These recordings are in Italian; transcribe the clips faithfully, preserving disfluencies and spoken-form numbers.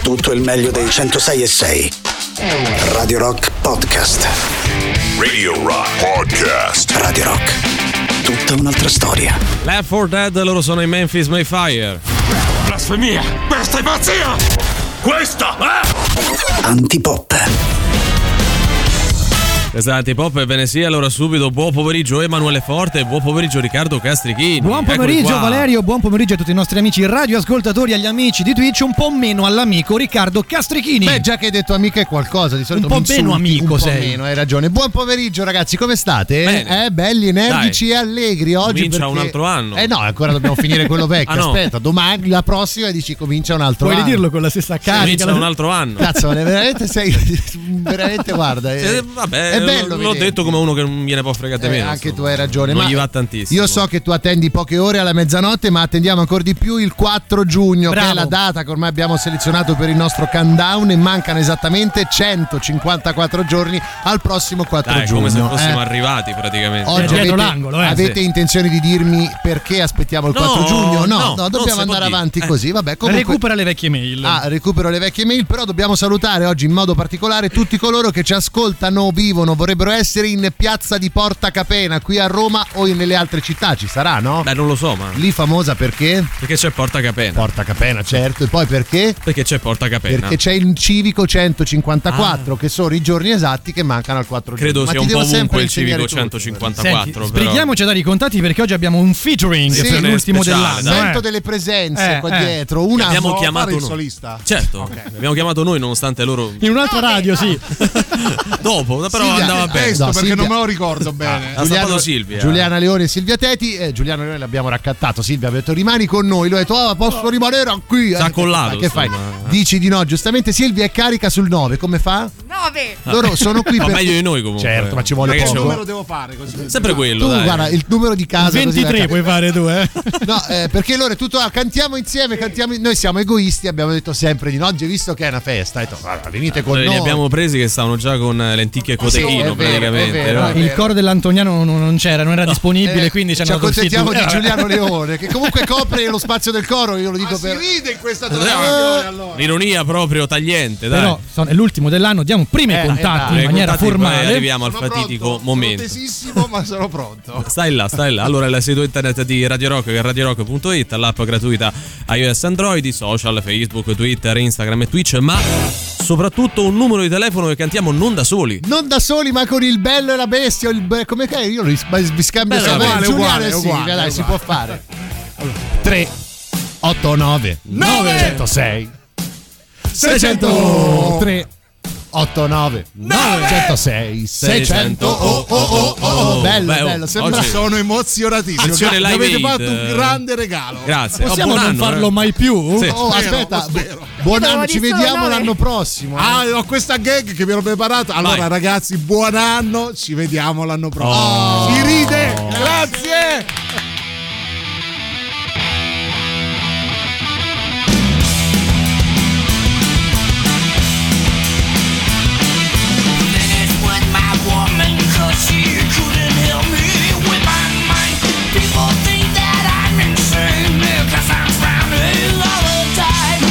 tutto il meglio dei centosei e sei. Radio Rock Podcast. Radio Rock Podcast. Radio Rock. Tutta un'altra storia. Left four Dead, loro sono i Memphis Mayfire. Blasfemia! Questa è pazzia! Questa è... Antipop. Esatto, Pop e ve ne sia. Allora subito buon pomeriggio Emanuele Forte e buon pomeriggio Riccardo Castrichini. Buon pomeriggio Valerio, buon pomeriggio a tutti i nostri amici radioascoltatori, agli amici di Twitch, un po' meno all'amico Riccardo Castrichini. Beh, già che hai detto amica è qualcosa, di solito un po' insulti, meno amico un sei. po' meno, hai ragione. Buon pomeriggio ragazzi, come state? Bene. Eh, belli, energici Dai. e allegri oggi. Comincia perché... un altro anno. Eh no, ancora dobbiamo finire quello vecchio. Ah, no. Aspetta, domani, la prossima dici comincia un altro Puoi anno. ridirlo con la stessa carica. Comincia un altro anno. Cazzo, veramente sei veramente guarda. Eh, Eh, vabbè, è bello. l'ho vedere. detto come uno che non gliene può fregare Eh, meno. anche insomma. tu hai ragione, Non ma gli va tantissimo. io so che tu attendi poche ore alla mezzanotte, ma attendiamo ancora di più il quattro giugno, Bravo. che è la data che ormai abbiamo selezionato per il nostro countdown, e mancano esattamente centocinquantaquattro giorni al prossimo quattro Dai, giugno. come se fossimo Eh, arrivati praticamente. Oggi dietro avete, l'angolo, eh. avete Sì. intenzione di dirmi perché aspettiamo il No, quattro giugno? No, no, no, dobbiamo non si può andare dire. avanti Eh. così. Vabbè, comunque. Recupera le vecchie mail. Ah, recupero le vecchie mail, però dobbiamo salutare oggi in modo particolare tutti coloro che ci ascoltano, vivono, vorrebbero essere in piazza di Porta Capena, qui a Roma o in- nelle altre città, ci sarà, no? Beh, non lo so, ma Lì famosa perché? perché c'è Porta Capena? Porta Capena, certo, e poi perché? Perché c'è Porta Capena? Perché c'è il civico centocinquantaquattro, Ah. che sono i giorni esatti che mancano al quattro giugno. Credo Ma sia ti un po' devo sempre ovunque il insegnare civico tutto. centocinquantaquattro. Senti, però. sbrighiamoci a dare i contatti perché oggi abbiamo un featuring Sì, per l'ultimo speciale, dell'anno. Sento eh. delle presenze Eh, qua eh. dietro. Una Abbiamo Può chiamato fare il noi. solista. Certo, abbiamo chiamato noi nonostante loro In un'altra radio, sì. dopo, però Silvia, andava eh, bene. questo No, perché Silvia- non me lo ricordo bene. Ha stampato Silvia. Giuliana Leone e Silvia Teti. eh, Giuliano Leone l'abbiamo raccattato. Silvia ha detto rimani con noi. Lui ha detto ah, posso rimanere qui. S'ha Eh, accollato, ma che fai? insomma. Dici di no, giustamente. Silvia è carica sul nove. Come fa? nove. Loro sono qui Ma per. meglio di noi comunque. Certo, ma ci vuole Non è che poco. c'è Che un- numero devo fare così? Sempre quello, Tu dai. guarda il numero di casa. così ventitré la- puoi fare tu, eh. No, eh, perché loro è tutto ah, cantiamo insieme, cantiamo. Noi siamo egoisti, abbiamo detto sempre di no. Oggi visto che è una festa, hai detto guarda, venite con Noi noi. li abbiamo presi che stavano già con lenticchie e Sì, è cotechino vero, praticamente. è vero, no? è Il coro dell'Antoniano non, non c'era, non era disponibile, Eh, quindi ci ci hanno dato il accontentiamo di featuring. Giuliano Leone, che comunque copre lo spazio del coro. Io lo dico Ma per. si ride in questa trasmissione allora. L'ironia proprio tagliente, dai. Però sono- è l'ultimo dell'anno, diamo prima i Eh, contatti eh, in Eh, maniera contatti, poi formale. arriviamo al Sono fatidico pronto, momento. Sono tesissimo, ma sono pronto. Stai là, stai là. Allora il sito internet di Radio Rock che è radio rock punto it, l'app gratuita iOS Android, i social, Facebook, Twitter, Instagram e Twitch, ma soprattutto un numero di telefono che cantiamo non da soli. Non da soli, ma con il bello e la bestia. o Il be- come che è? Io li ma vi scambio Bello, sempre. uguale, Giuliano uguale, e Silvia, uguale, dai, si uguale. può fare. tre otto nove nove centosei seicento tre otto nove centosei seicento oh oh oh oh bello Beh, oh, bello sembra oggi- Sono emozionatissimo. Azione Mi live avete aid. fatto un grande regalo. Grazie. Possiamo Oh, buon non anno, farlo eh. mai più? Sì. oh Spero, aspetta spero. buon Io anno avevo ci di solo vediamo nove. l'anno prossimo eh. Ah, ho questa gag che mi ero preparato. Allora, Vai. ragazzi, buon anno. Ci vediamo l'anno prossimo. Oh. Si ride. Grazie. When my woman, 'cause she couldn't help me with my mind. People think that I'm insane because I'm frowning all the time.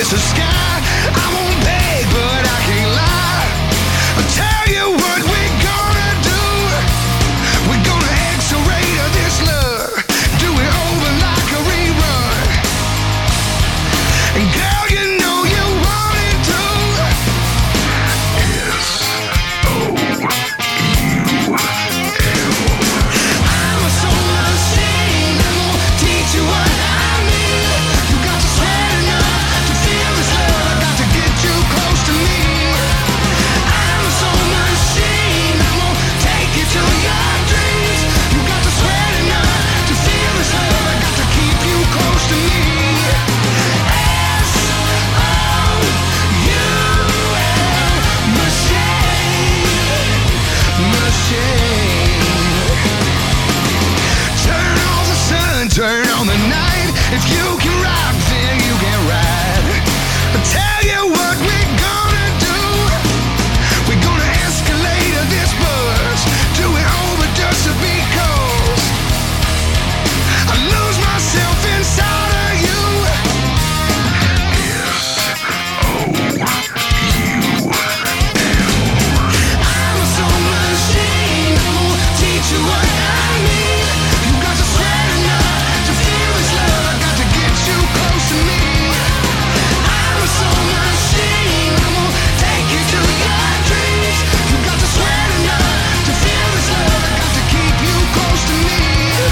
against the sky. I won't beg, but I can't lie. I'll tell you what we're gonna do. We're gonna X-ray this love, do it over like a rerun. And girl, you know you want it too. S O U L. I'm a soul machine, I'm gonna teach you what I mean. You got to sweat enough to feel this love, I got to get you close to me. I'm a soul machine, I'm gonna take you to your dreams. You got to sweat enough to feel this love, I got to keep you close to me. S O U L, machine, machine. Turn on the sun, turn on the night. If you can rock, then you can ride. I'll tell you what we're gonna do. We're gonna escalate this buzz, do it over just because I lose myself inside of you. S O U L. I'm a soul machine, I'm gonna teach you what I mean. You got to sweat enough to feel this love, I got to get you close to me. I'm a soul machine, I'm gonna take you to your dreams. You got to sweat enough to feel this love, I got to keep you close to me.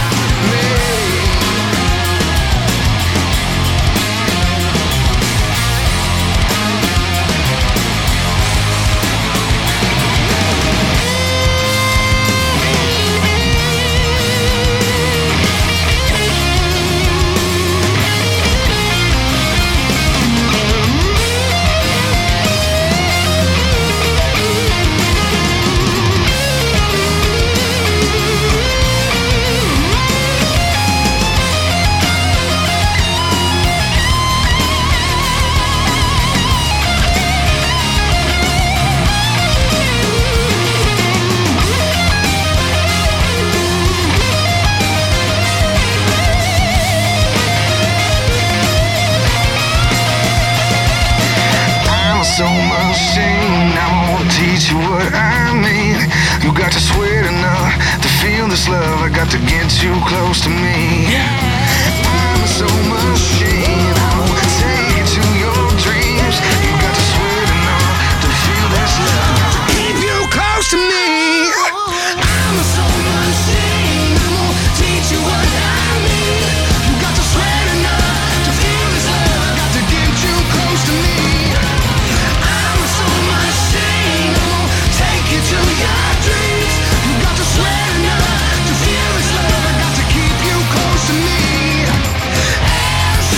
I'm a soul machine, I'm gonna teach you what I mean. You got to sweat enough to feel this love, I got to get you close to me. I'm a soul machine, I'm gonna take you to your dreams. You got to sweat enough to feel this love, I got to keep you close to me. I'm a soul machine, I'm gonna teach you what I mean. You got to sweat enough to feel this love, I got to get you close to me. I'm a soul machine, I'm gonna take you to your dreams. You got to sweat enough to feel this love, I got to keep you close to me. S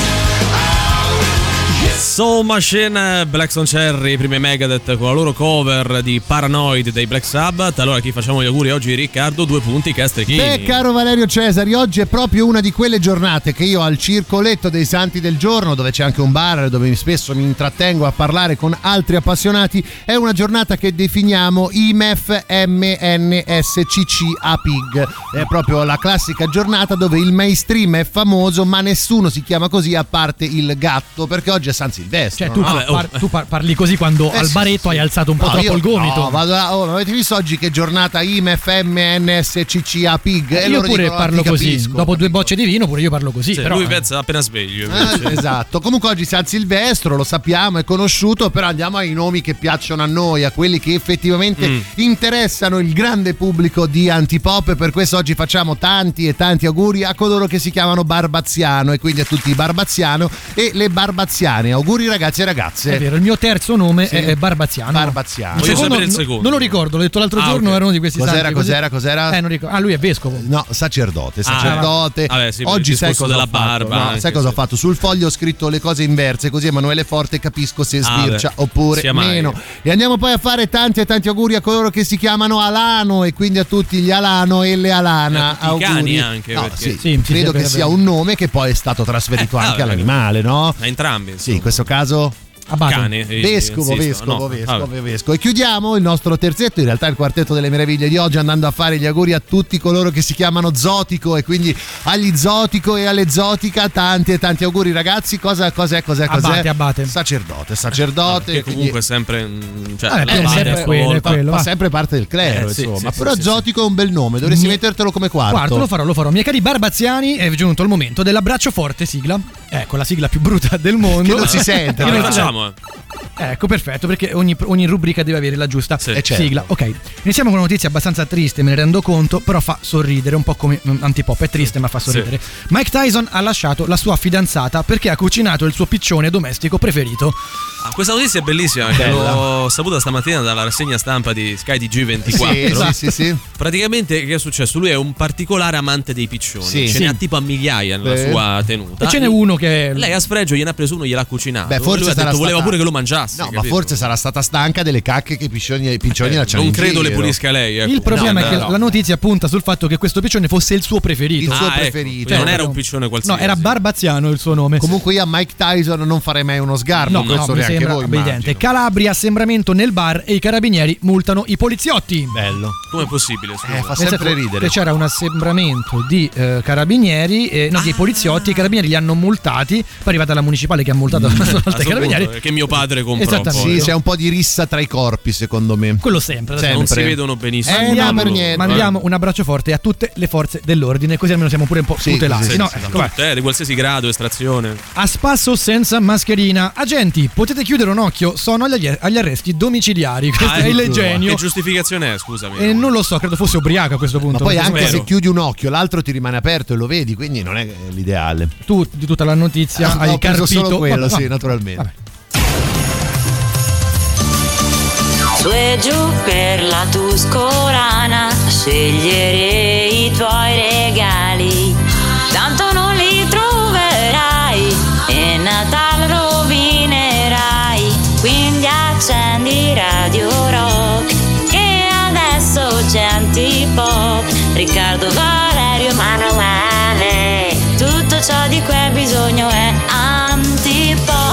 O U Soul Machine, Black Stone Cherry, prime Megadeth con la loro cover di Paranoid dei Black Sabbath. Allora, chi facciamo gli auguri oggi? Riccardo, due punti, Castrichini. Beh, caro Valerio Cesari, oggi è proprio una di quelle giornate che io al circoletto dei Santi del Giorno, dove c'è anche un bar dove spesso mi intrattengo a parlare con altri appassionati, è una giornata che definiamo I M E F M N S C C A P I G. È proprio la classica giornata dove il mainstream è famoso, ma nessuno si chiama così a parte il gatto, perché oggi è San Silvestro. Cioè, tu, no? Vabbè, oh. par- tu par- parli così quando Eh, al sì, baretto sì, hai sì. alzato un po' No, troppo io- il gomito. No, vado a- oh, ma avete visto oggi che giornata I M F M N S C C A P I G? E Io loro pure dicono, parlo "Ti così. capisco, Dopo due capito?" bocce di vino, pure io parlo così. Sì, però, lui eh. pensa appena sveglio. Ah, invece. esatto. Comunque oggi San Silvestro, lo sappiamo, è conosciuto, però andiamo ai nomi che piacciono a noi, a quelli che effettivamente Mm. interessano il grande pubblico di Antipop, e per questo oggi facciamo tanti e tanti auguri a coloro che si chiamano Barbaziano, e quindi a tutti i Barbaziano e le Barbaziane. Auguri ragazzi e ragazze. È vero, il mio terzo nome Sì. è è Barbaziano. Barbaziano. Il Voglio secondo, sapere il no- secondo. Non lo ricordo, l'ho detto l'altro Ah, giorno, ok. era uno di questi Cos'era, santi così. cos'era, cos'era? Eh, non ricordo. Ah, lui è vescovo. No, sacerdote, Ah, sacerdote. vabbè, sì, per il Oggi sai discorso cosa della ho fatto? barba, No, anche, sai cosa sì. ho fatto? Sul foglio ho scritto le cose inverse, così Emanuele Forte capisco se Ah, sbircia beh, oppure sia mai. meno. E andiamo poi a fare tanti e tanti auguri a coloro che si chiamano Alano, e quindi a tutti gli Alano e le Alana. E a tutti i auguri. cani anche, No, perché- sì, Sì, sì, credo sì, che è sia vero. un nome che poi è stato trasferito Eh, anche vabbè, all'animale, no? A entrambi. Sì, insomma. in questo caso Abate. cane. Vescovo, insisto. vescovo, No, vescovo, vabbè. vescovo. E chiudiamo il nostro terzetto, in realtà il quartetto delle meraviglie di oggi, andando a fare gli auguri a tutti coloro che si chiamano Zotico, e quindi agli Zotico e alle Zotica tanti e tanti auguri, ragazzi. Cosa, cos'è, cos'è, cos'è? Abate, abate. Sacerdote, sacerdote. Che quindi- comunque è sempre mm, cioè, Vabbè, la è base sempre a sua quello, volta. è quello. fa va. sempre parte del clero, Eh, sì, insomma. sì, Però sì, Zotico è un bel nome, dovresti Mi- mettertelo come quarto. Quarto, lo farò, lo farò. Miei cari barbaziani, è giunto il momento dell'abbraccio forte sigla. Ecco, la sigla più brutta del mondo. Che non si sente, Che Che lo non si facciamo? eh? Ecco, perfetto, perché ogni, ogni rubrica deve avere la giusta Sì. Eh, certo. sigla. Ok, iniziamo con una notizia abbastanza triste, me ne rendo conto, però fa sorridere, un po' come mm, Antipop, è triste ma fa sorridere. Mike Tyson ha lasciato la sua fidanzata perché ha cucinato il suo piccione domestico preferito. Ah, questa notizia è bellissima, perché Bella. l'ho saputa stamattina dalla rassegna stampa di Sky T G ventiquattro. Sì, sì, sì, sì. Praticamente che è successo? Lui è un particolare amante dei piccioni, Sì. ce Sì. ne ha tipo a migliaia nella Beh. sua tenuta. E ce n'è uno che... Lei a sfregio gliene ha preso uno, gliel'ha cucinato. Beh, forse lui ha sarà detto voleva stata- pure che lo mangiassi. No, ma capito? forse sarà stata stanca delle cacche che i piccioni, i piccioni Eh, lasciano non in credo le giro. pulisca lei. ecco. Il problema No, è che no. la notizia punta sul fatto che questo piccione fosse il suo preferito. Il suo Ah, ecco, preferito. quindi Cioè, non era proprio- un piccione qualsiasi. No, era Barbaziano il suo nome. Comunque io a Mike Tyson non farei mai uno sgarbo, No, no, questo mi neanche sembra voi, evidente. immagino. Calabria, assembramento nel bar e i carabinieri multano i poliziotti. Bello. Com'è possibile? Scusa? Eh, fa Nel sempre senso ridere. che c'era un assembramento di eh, carabinieri, eh, no, dei poliziotti, i carabinieri li hanno multati, poi è arrivata la municipale che ha multato una A volta sto i carabinieri. punto, che mio padre comprò. Esattamente. poi. Sì, c'è un po' di rissa tra i corpi, secondo me. Quello sempre. Sempre. Non si vedono benissimo. Eh, no, Mandiamo, per niente. mandiamo un abbraccio forte a tutte le forze dell'ordine, così almeno siamo pure un po' Sì, tutelati. sì, sì, no? sì, Ecco, vai. Tutte, eh, di qualsiasi grado, estrazione. A spasso senza mascherina. Agenti, potete chiudere un occhio? Sono agli, agli arresti domiciliari. Questo è il genio. Che giustificazione è, scusami? E non lo so, credo fosse ubriaco a questo punto. Ma poi perché anche spero. se chiudi un occhio, l'altro ti rimane aperto e lo vedi, quindi non è l'ideale. tu di tutta la notizia Ah, hai ho preso carpito solo quello, Vabbè, sì, vabbè. naturalmente. Vabbè. Su e giù per la Tuscolana, scegliere i tuoi regali, tanto non li troverai e Natale rovinerai, quindi accendi Radio Rock, che adesso c'è Antipop, Riccardo, Valerio, Emanuele, tutto ciò di cui hai bisogno è Antipop.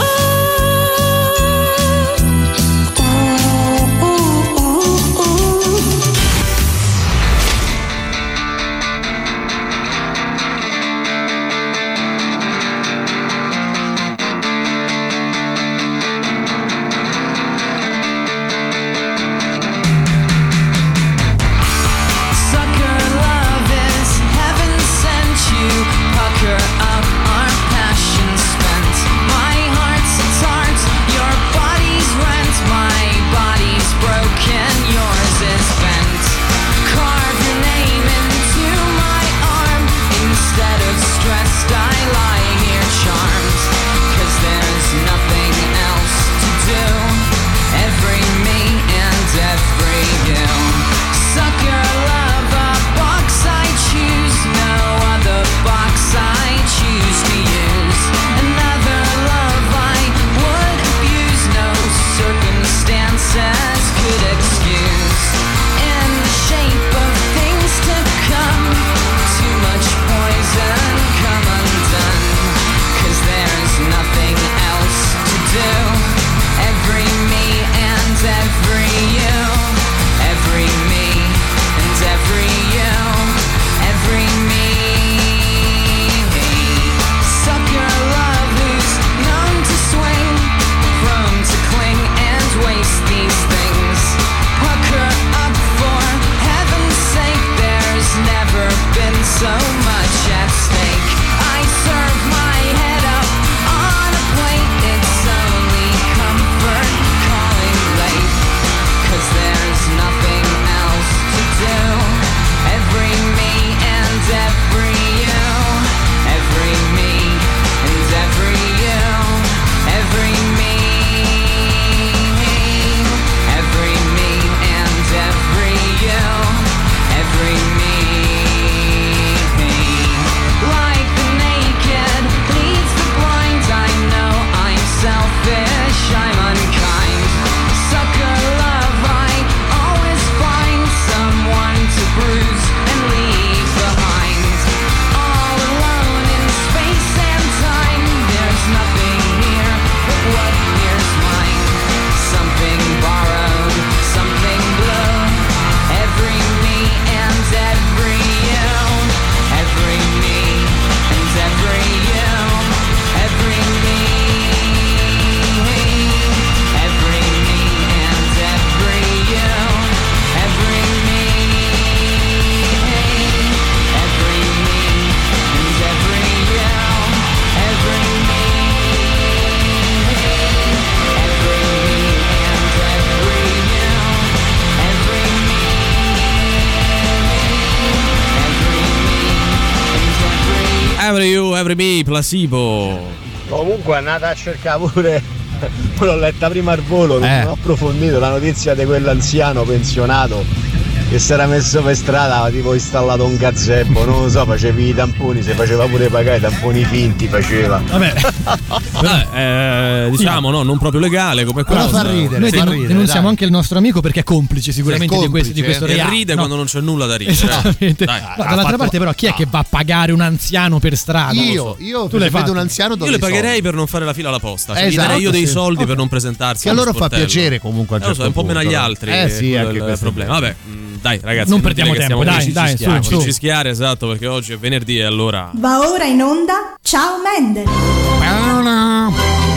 Every You, Every Me, Placebo. Comunque è andata a cercare pure, l'ho letta prima al volo, non Eh. ho approfondito la notizia di quell'anziano pensionato che si era messo per strada, aveva tipo installato un gazebo, non lo so, facevi i tamponi, si faceva pure pagare i tamponi finti, faceva. Vabbè, Vabbè, eh, diciamo, no, non proprio legale come Però cosa. fa ridere. noi fa denu- ridere, denunziamo dai. anche il nostro amico perché è complice sicuramente Sì, è di, questo, di complice, questo E reato. ride no? quando non c'è nulla da ridere. Esattamente. Dai. No, Ha dall'altra fatto- parte però chi è che va a pagare un anziano per strada? Io, io Tu l'hai se vedo fatto? un anziano Io do le dei pagherei soldi. per non fare la fila alla posta. Cioè, gli Esatto, darei io dei sì. soldi Ok. per non presentarsi. Che a allo loro fa sportello. piacere comunque a un Eh, lo so, certo è un po' meno punto, agli no? altri. Eh sì, quello anche è il questo è problema. Vabbè, mh, dai ragazzi, Non inutile perdiamo che tempo, stiamo dai, qui dai, ci schiariamo. su, Ci su. ci schiare, esatto, perché oggi è venerdì e allora Va ora in onda Ciao Mendel. Paola,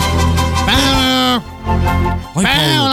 Paola, Vai Paolo,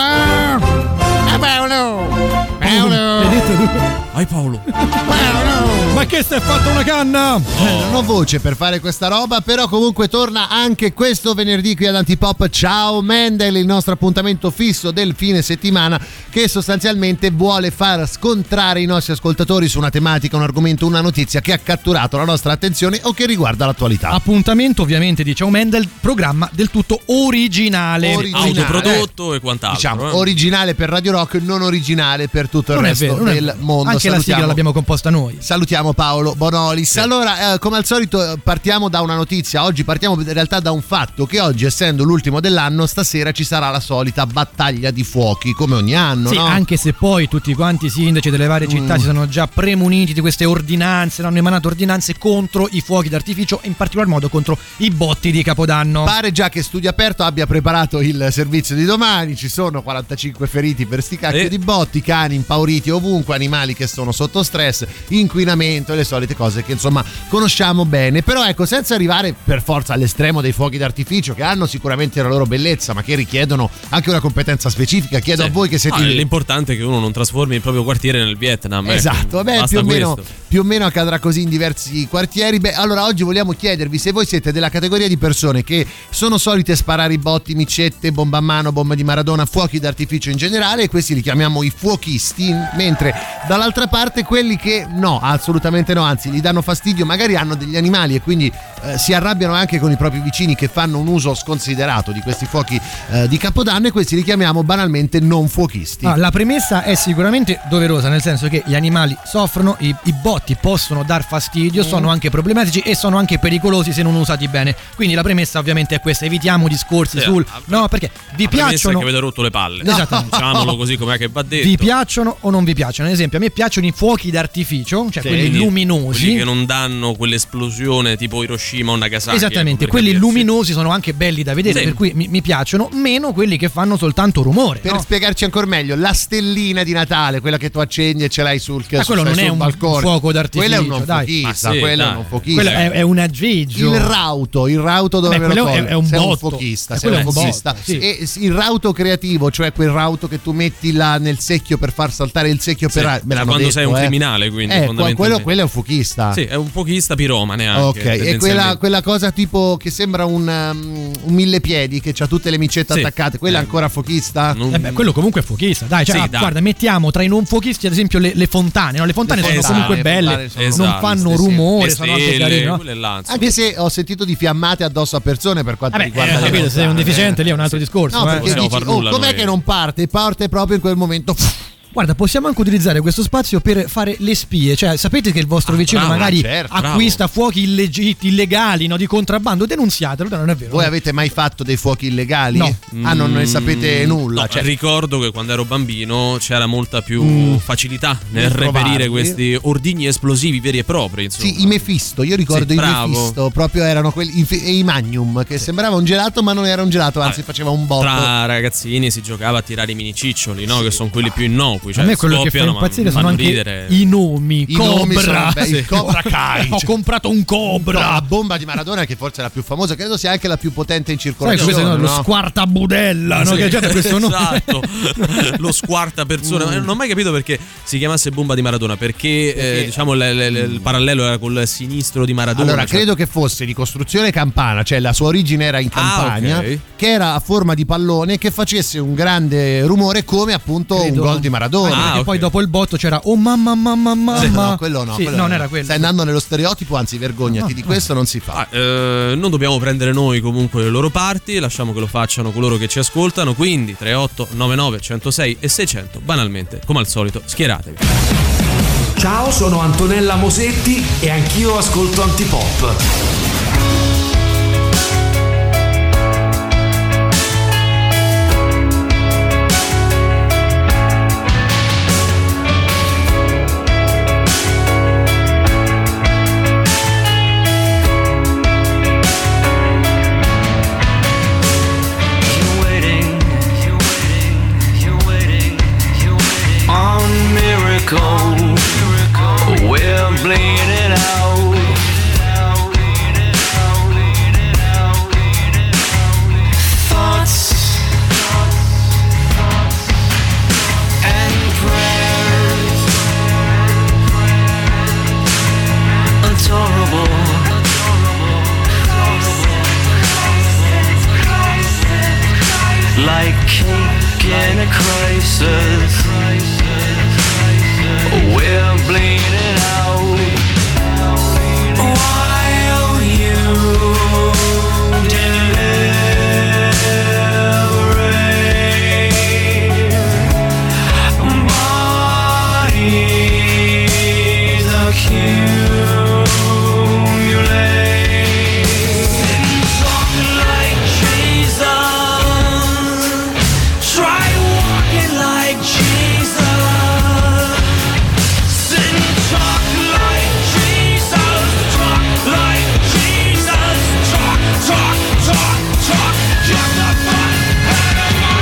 Paola, Paolo, Paolo, Hai detto tu? vai Paolo. Paolo. Ma che si è fatta una canna? Eh, non ho voce per fare questa roba, però comunque torna anche questo venerdì qui ad Antipop. Ciao Mendel, il nostro appuntamento fisso del fine settimana che sostanzialmente vuole far scontrare i nostri ascoltatori su una tematica, un argomento, una notizia che ha catturato la nostra attenzione o che riguarda l'attualità. Appuntamento ovviamente di Ciao Mendel, programma del tutto originale. Originale. Autoprodotto e quant'altro. Diciamo eh. originale per Radio Rock, non originale per tutto il Non è resto vero, non è del vero. mondo. Anche la Salutiamo- sigla l'abbiamo composta noi. Salutiamo Paolo Bonolis. Allora, eh, come al solito, eh, partiamo da una notizia. Oggi partiamo in realtà da un fatto: che oggi, essendo l'ultimo dell'anno, stasera ci sarà la solita battaglia di fuochi, come ogni anno, Sì, no? anche se poi tutti quanti i sindaci delle varie città Mm. si sono già premuniti di queste ordinanze, hanno emanato ordinanze contro i fuochi d'artificio e in particolar modo contro i botti di Capodanno. Pare già che Studio Aperto abbia preparato il servizio di domani. Ci sono quarantacinque feriti per sti cacchio Eh. di botti, cani impauriti ovunque, animali che sono sotto stress, inquinamento e le solite cose che insomma conosciamo bene. Però ecco, senza arrivare per forza all'estremo dei fuochi d'artificio, che hanno sicuramente la loro bellezza ma che richiedono anche una competenza specifica, chiedo Sì. a voi che siete Ah, l'importante è che uno non trasformi il proprio quartiere nel Vietnam. Esatto, ecco. beh, Basta più o, meno, questo. più o meno accadrà così in diversi quartieri. Beh, allora oggi vogliamo chiedervi se voi siete della categoria di persone che sono solite sparare i botti, micette, bomba a mano, bomba di Maradona, fuochi d'artificio in generale, e questi li chiamiamo i fuochisti, mentre dall'altra parte quelli che no, assolutamente no, anzi gli danno fastidio, magari hanno degli animali e quindi eh, si arrabbiano anche con i propri vicini che fanno un uso sconsiderato di questi fuochi eh, di Capodanno, e questi li chiamiamo banalmente non fuochisti. Ah, la premessa è sicuramente doverosa, nel senso che gli animali soffrono, i, i botti possono dar fastidio, Mm. sono anche problematici e sono anche pericolosi se non usati bene. Quindi la premessa ovviamente è questa: evitiamo discorsi Sì, sul ah, no, perché vi La premessa è piacciono che avete rotto le palle. No. Esattamente. Diciamolo così com'è che va detto. vi piacciono o non vi piacciono? Ad esempio, a me piacciono i fuochi d'artificio, cioè Sì, quelli quindi luminosi. quelli che non danno quell'esplosione tipo Hiroshima o Nagasaki. Esattamente, ecco, per quelli capirci. luminosi sono anche belli da vedere, Sì. per cui mi, mi piacciono, meno quelli che fanno soltanto rumore. Per no? spiegarci ancora meglio, la stellina di Natale, quella che tu accendi e ce l'hai sul, Ma quello sul non è un balcone, fuoco d'artificio, quello è un non dai. fuochista, Ma sì, quello è dai. un non fuochista. Quello è, è un aggeggio. Il rauto, il rauto dove Beh, me lo quello è- colli? è un sei un botto. fuochista, Eh, sei quello un è un fuochista. botto, sì. E il rauto creativo, cioè quel rauto che tu metti là nel secchio per far saltare il secchio Sì, per me l'hanno quando detto, sei un eh. criminale, quindi, Eh, fondamentalmente. quello, quello è un fuochista. Sì, è un fuochista piromane anche. Ok, e quella, tendenzialmente. quella cosa tipo che sembra un, um, un mille piedi che ha tutte le micette Sì. attaccate, quella è Eh. ancora fuochista? Non- Eh beh, quello comunque è fuochista, dai, cioè, Sì, ah, dai. guarda, mettiamo tra i non fuochisti ad esempio le, le fontane, no? Le fontane Le sono fontane, comunque le belle, fontane sono- Esatto, non fanno sì, sì. rumore, Le sono anche stelle, carine, no? quelle lanze. Anche se ho sentito di fiammate addosso a persone per quanto Vabbè, riguarda eh, le capito, se sei un fontane. deficiente lì è un altro discorso. No, eh. perché possiamo dici, far oh, nulla com'è noi. che non parte? Parte proprio in quel momento. Guarda, possiamo anche utilizzare questo spazio per fare le spie, cioè sapete che il vostro Ah, vicino bravo, magari certo, acquista fuochi illegit- illegali, no? Di contrabbando, denunziatelo, non è vero. Voi no? avete mai fatto dei fuochi illegali? No. Ah, non ne sapete nulla. No, cioè, ricordo che quando ero bambino c'era molta più Mm. facilità nel Nel reperire trovarli. questi ordigni esplosivi veri e propri. Insomma. sì, i Mephisto, io ricordo Sì, i bravo. Mephisto, proprio erano quelli, i fe- e i Magnum, che sembrava un gelato ma non era un gelato, anzi Ah, faceva un botto. Tra ragazzini si giocava a tirare i miniciccioli, no? Che sono quelli più innocui. Cioè a me quello che fa scoppiano, ma impazzire sono fanno anche ridere. i nomi. I nomi Cobra, sono belli, il Cobra Kai. Ho comprato un No, Cobra. la bomba di Maradona, che forse è la più famosa, credo sia anche la più potente in Sai, circolazione. questo è lo no? squartabudella, no? Sì, Che ha già questo nome. esatto. Lo squarta persona. Non ho mai capito perché si chiamasse bomba di Maradona. Perché, eh, diciamo le- le- le- il parallelo era col sinistro di Maradona. Allora, cioè- credo che fosse di costruzione campana, cioè la sua origine era in Ah, Campania. ok. che era a forma di pallone e che facesse un grande rumore come appunto Credo. un gol di Maradona. Ah, e ok. poi dopo il botto c'era oh mamma mamma mamma. Sì, no, quello no, Sì, quello non no. era quello. Stai andando nello stereotipo, anzi vergognati No, di no. questo, non si fa. Ah, eh, non dobbiamo prendere noi comunque le loro parti, lasciamo che lo facciano coloro che ci ascoltano, quindi tre otto nove nove uno zero sei e seicento, banalmente, come al solito, schieratevi. Ciao, sono Antonella Mosetti e anch'io ascolto Antipop. We're bleeding out. Thoughts and prayers, adorable. Like cake in a crisis. We're bleeding out while you deliberate. Bodies accumulate. Talk like Jesus. Try walking like Jesus. Talk like Jesus, talk like Jesus, talk, talk, talk, talk, get the fuck out of my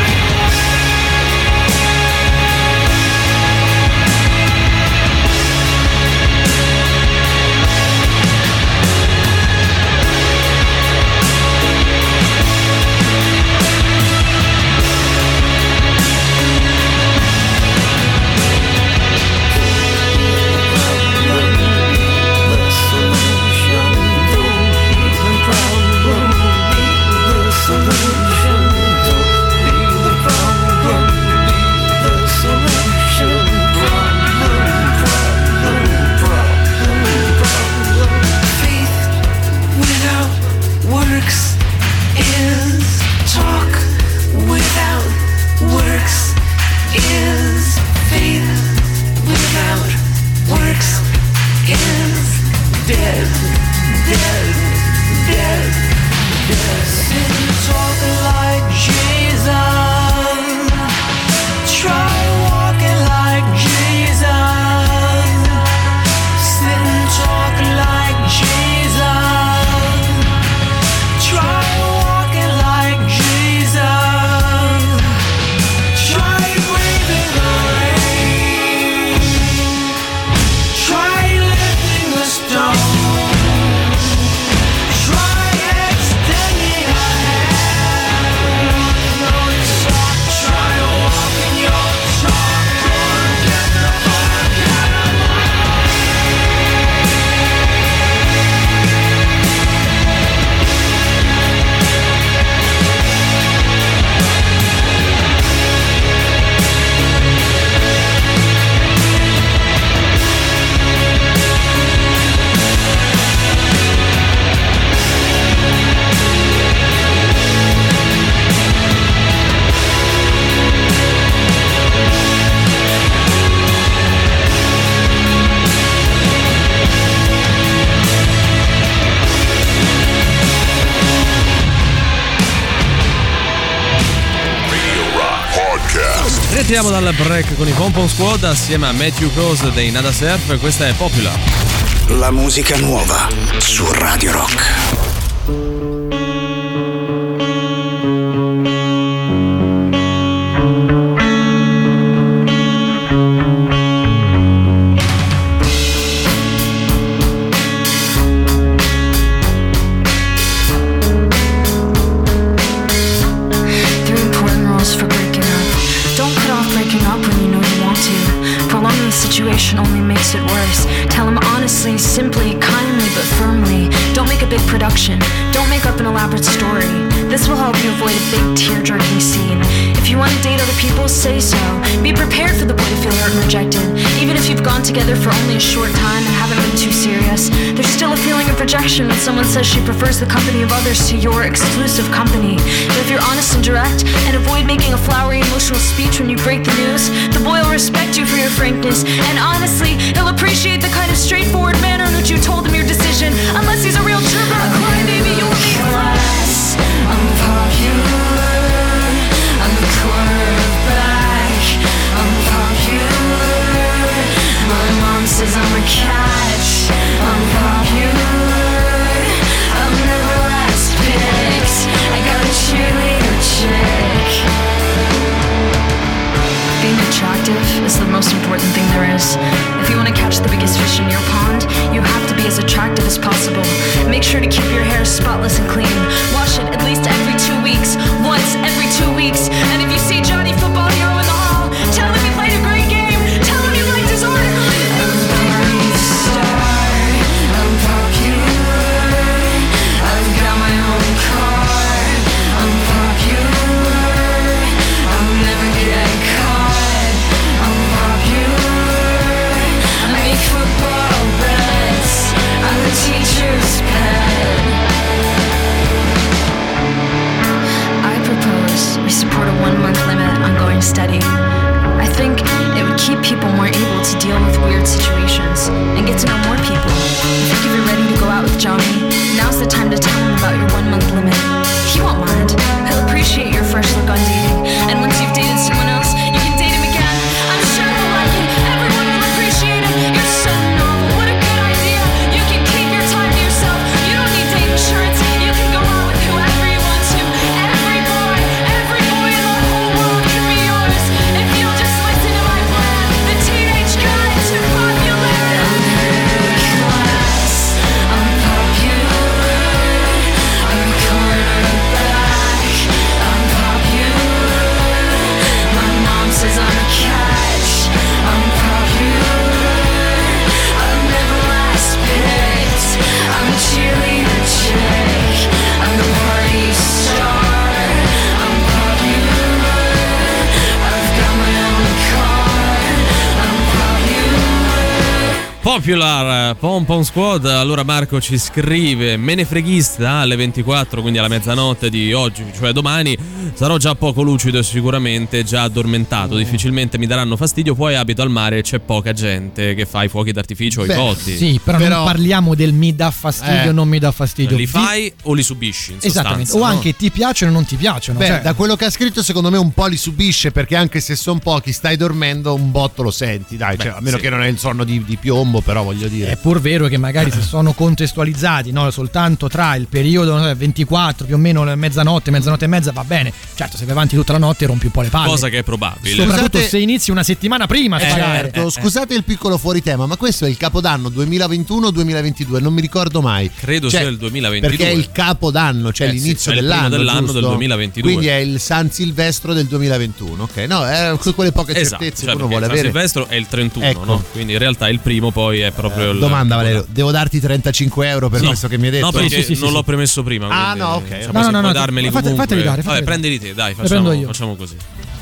Rientriamo dal break con i Pom Pom Squad assieme a Matthew Cose dei Nada Surf. Questa è Popular. La musica nuova su Radio Rock. Only makes it worse. Tell him honestly, simply, kindly, but firmly. Don't make a big production. Don't make up an elaborate story. This will help you avoid a big tear-jerking scene. If you want to date other people, say so. Be prepared for the boy to feel hurt and rejected. Even if you've gone together for only a short time and haven't been too serious, there's still a feeling of rejection when someone says she prefers the company of others to your exclusive company. But if you're honest and direct and avoid making a flowery emotional speech when you break the news, the boy will respect you for your frankness, and honestly, he'll appreciate the kind of straightforward manner in which you told him your decision. Unless he's a real jerk or a crybaby, you'll need less. I'm popular, I'm the quarterback, I'm popular, my mom says I'm a catch, I'm popular, I'm never last picked, I got a cheerleader chick. Being attractive is the most important thing there is. If you want to catch the biggest fish in your pond, you have to be as attractive as possible. Make sure to keep your hair spotless and clean. Wash it at least every two weeks, once every two weeks. And if you see Johnny Football Hero in the hall, tell him he played a great game. Tell him you liked his art. I'm a party star. I'm popular. I've got my own car. I'm popular. I'll never get caught. I'm popular. I make football bets. I'm the teacher's pet. I propose we support a one-month limit on going steady. I think it would keep people more able to deal with weird situations and get to know more people. If you you're ready to go out with Johnny, now's the time to tell him about your one-month limit. He won't mind. He'll appreciate your fresh look on dating. And once you've dated someone else, you can date him again. I'm sure he'll like it. Everyone will appreciate it. You're so novel. What a good idea. You can keep your time to yourself. You don't need date insurance. You can go out with whoever you want to. Every boy, every boy in the whole world can be yours. If you'll just listen to my plan. The Teenage Guide to Popularity. Class. I'm popular. I'm quarterback. I'm popular. My mom says I'm a catch. I'm popular. I'll never last picked. I'm a cheerleader chick. I'm the party star. I'm popular. I've got my own car. I'm popular. Popular, Pom Pom Squad. Allora Marco ci scrive: me ne freghista alle ventiquattro, quindi alla mezzanotte di oggi, cioè domani, sarò già poco lucido e sicuramente già addormentato. Difficilmente mi daranno fastidio, poi abito al mare e c'è poca gente che fa i fuochi d'artificio o i Beh, botti. Sì, però, Però- non parliamo del mi dà fastidio o Eh. non mi dà fastidio. Li Ti- fai o li subisci in Esattamente, sostanza, o no? anche ti piacciono o non ti piacciono. Beh, cioè- da quello che ha scritto, secondo me un po' li subisce, perché anche se sono pochi, stai dormendo, un botto lo senti, dai, cioè, a meno sì. che non è il sonno di, di piombo, però voglio dire. È pur vero che magari se sono contestualizzati, no, soltanto tra il periodo no, ventiquattro più o meno mezzanotte, mezzanotte e mezza va bene. Certo, se vai avanti tutta la notte rompi un po' le palle. Cosa che è probabile. Soprattutto Scusate- se inizi una settimana prima a Eh, spagare. certo, scusate il piccolo fuori tema, ma questo è il capodanno duemilaventuno duemilaventidue, non mi ricordo mai. Credo Cioè, sia il duemilaventidue. Perché è il capodanno, cioè Eh sì, l'inizio è il primo dell'anno, dell'anno giusto? del duemilaventidue. Quindi è il San Silvestro del duemilaventuno, ok? No, è quelle poche Esatto, certezze cioè, che uno perché vuole San avere. Silvestro è il trentuno, Ecco. no? Quindi in realtà il primo poi è proprio il... Domanda Valerio, devo darti trentacinque euro per No. questo che mi hai detto? No, perché Sì, sì, sì, non sì, l'ho sì. premesso prima. Ah, quindi, no, ok. diciamo, No, se no, puoi no, darmeli fate- comunque. fateli dare, Vabbè, fateli prendili te, dai, prendo facciamo, io. facciamo così.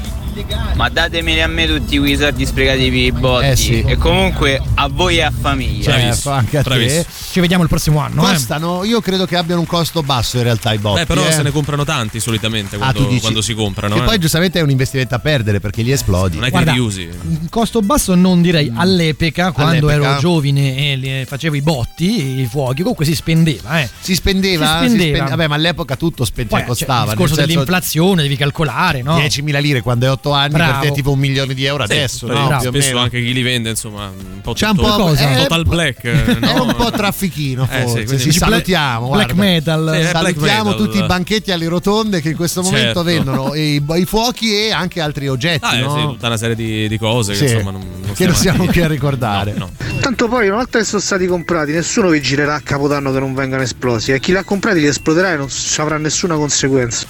Ma datemeli a me tutti quei soldi sprecati per i botti. Eh sì. E comunque a voi e a famiglia. Cioè, Bravissimo, anche a te. bravissimo. Ci vediamo il prossimo anno. eh. Costano, io credo che abbiano un costo basso in realtà i botti. Beh, però eh. se ne comprano tanti solitamente Ah, quando, tu dici. quando si comprano. Che eh. poi giustamente è un investimento a perdere perché li esplodi. Non è che Guarda, li riusi. Costo basso non direi, all'epoca quando All'epoca. ero giovane e li- facevo i botti, i fuochi, comunque si spendeva, eh. Si spendeva? Si spendeva. spende- Vabbè, ma all'epoca tutto spen- Poi cioè, c'è costava. il discorso nel senso, dell'inflazione, devi calcolare, no? diecimila lire quando hai otto anni, Bravo. per te è tipo un milione di euro Sì, adesso, poi no? bravo. Più o spesso meno. anche chi li vende, insomma, un po' C'è un tutto- po' Cosa? eh, Total Black. eh, no? È un po' traffichino Eh, sì, forse. quindi- Ci Dici salutiamo. black guarda. metal. Sì, eh, black Salutiamo metal. tutti i banchetti alle rotonde che in questo momento Certo. vendono i, i fuochi e anche altri oggetti, Ah, eh, no? sì, tutta una serie di, di cose Sì, che insomma non, non che non siamo anche- qui a ricordare. No, no. Tanto poi una volta che sono stati comprati nessuno vigilerà a Capodanno che non vengano esplosi e chi li ha comprati li esploderà e non ci avrà nessuna conseguenza.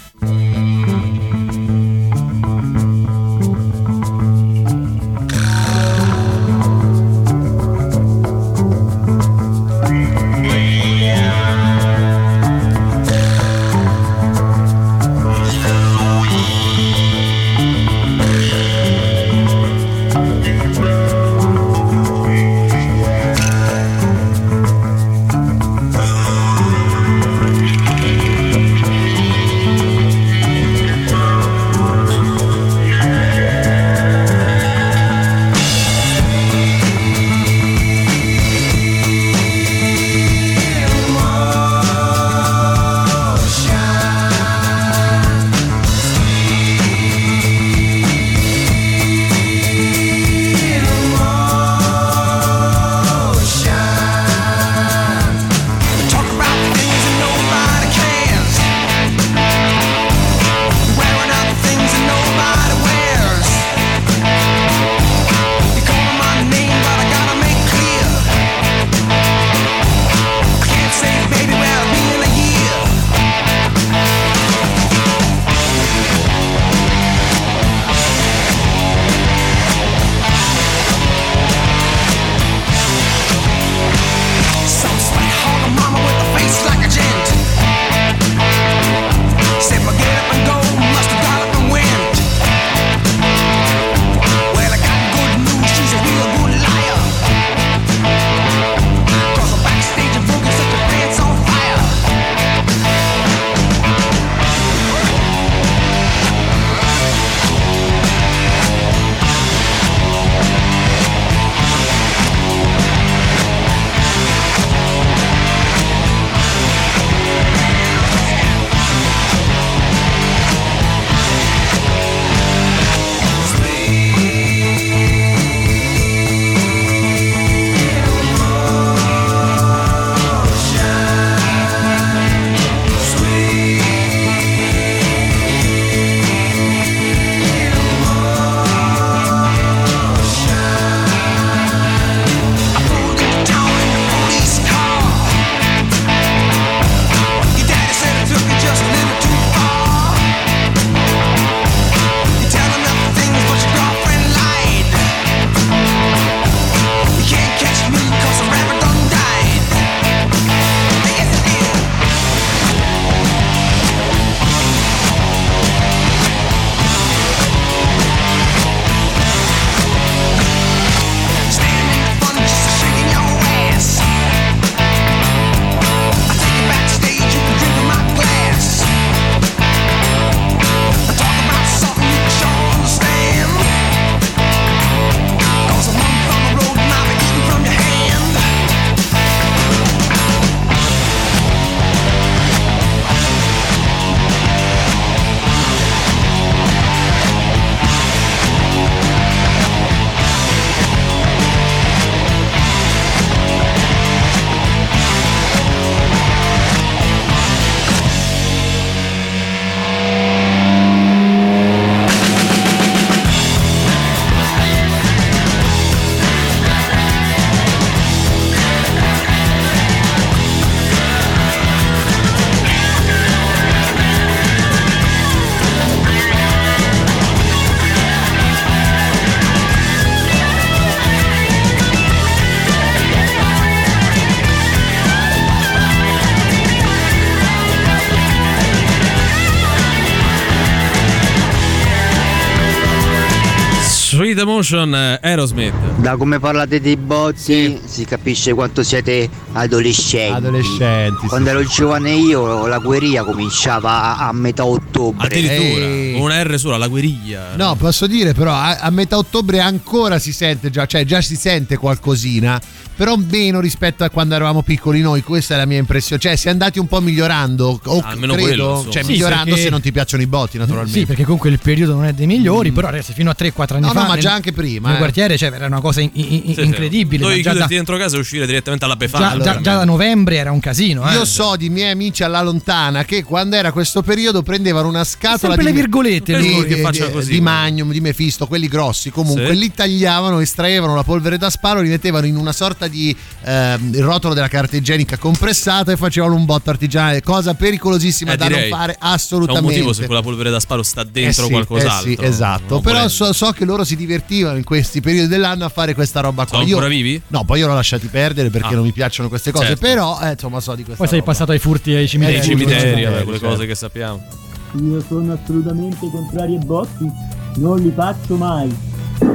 Sweet Emotion, Aerosmith. Da come parlate dei bozzi si capisce quanto siete adolescenti. Adolescenti. Quando sì. ero giovane io la guerriglia cominciava a, a metà ottobre. Addirittura, Ehi. con una R sola, la guerriglia. No, posso dire però a, a metà ottobre ancora si sente già, cioè già si sente qualcosina, però meno rispetto a quando eravamo piccoli noi, questa è la mia impressione. Cioè si è andati un po' migliorando, o almeno credo, quello, insomma. cioè Sì, migliorando perché- se non ti piacciono i botti naturalmente. Sì, perché comunque il periodo non è dei migliori, però adesso fino a tre quattro anni No, fa no, ma nel- già anche prima, nel eh. quartiere cioè, era una cosa in- in- Sì, sì. incredibile. Dovevi ma già, da, chiuderti dentro casa e uscire direttamente alla Befana. già, già- già da novembre era un casino. Eh. Io so di miei amici alla lontana che quando era questo periodo prendevano una scatola Sempre di, le virgolette, di, lui che di- faccia di- così, di guarda. Magnum, di Mephisto, quelli grossi comunque, Sì. li tagliavano, estraevano la polvere da sparo, li mettevano in una sorta di ehm, il rotolo della carta igienica compressata e facevano un botto artigianale, cosa pericolosissima Eh, da direi. non fare C'è un assolutamente. motivo se quella polvere da sparo sta dentro Eh sì, qualcos'altro. eh sì, esatto. Non Però volendo. so, so che loro si divertivano in questi periodi dell'anno a fare questa roba qua. Sono Io- ancora vivi? No, poi io l'ho lasciati perdere perché Ah. non mi piacciono queste cose. Certo. Però, eh, insomma, so di questa Poi sei roba. passato ai furti ai cimiteri. Nei cimiteri, Eh, vabbè, quelle certo. cose che sappiamo. Io sono assolutamente contrario ai botti, non li faccio mai.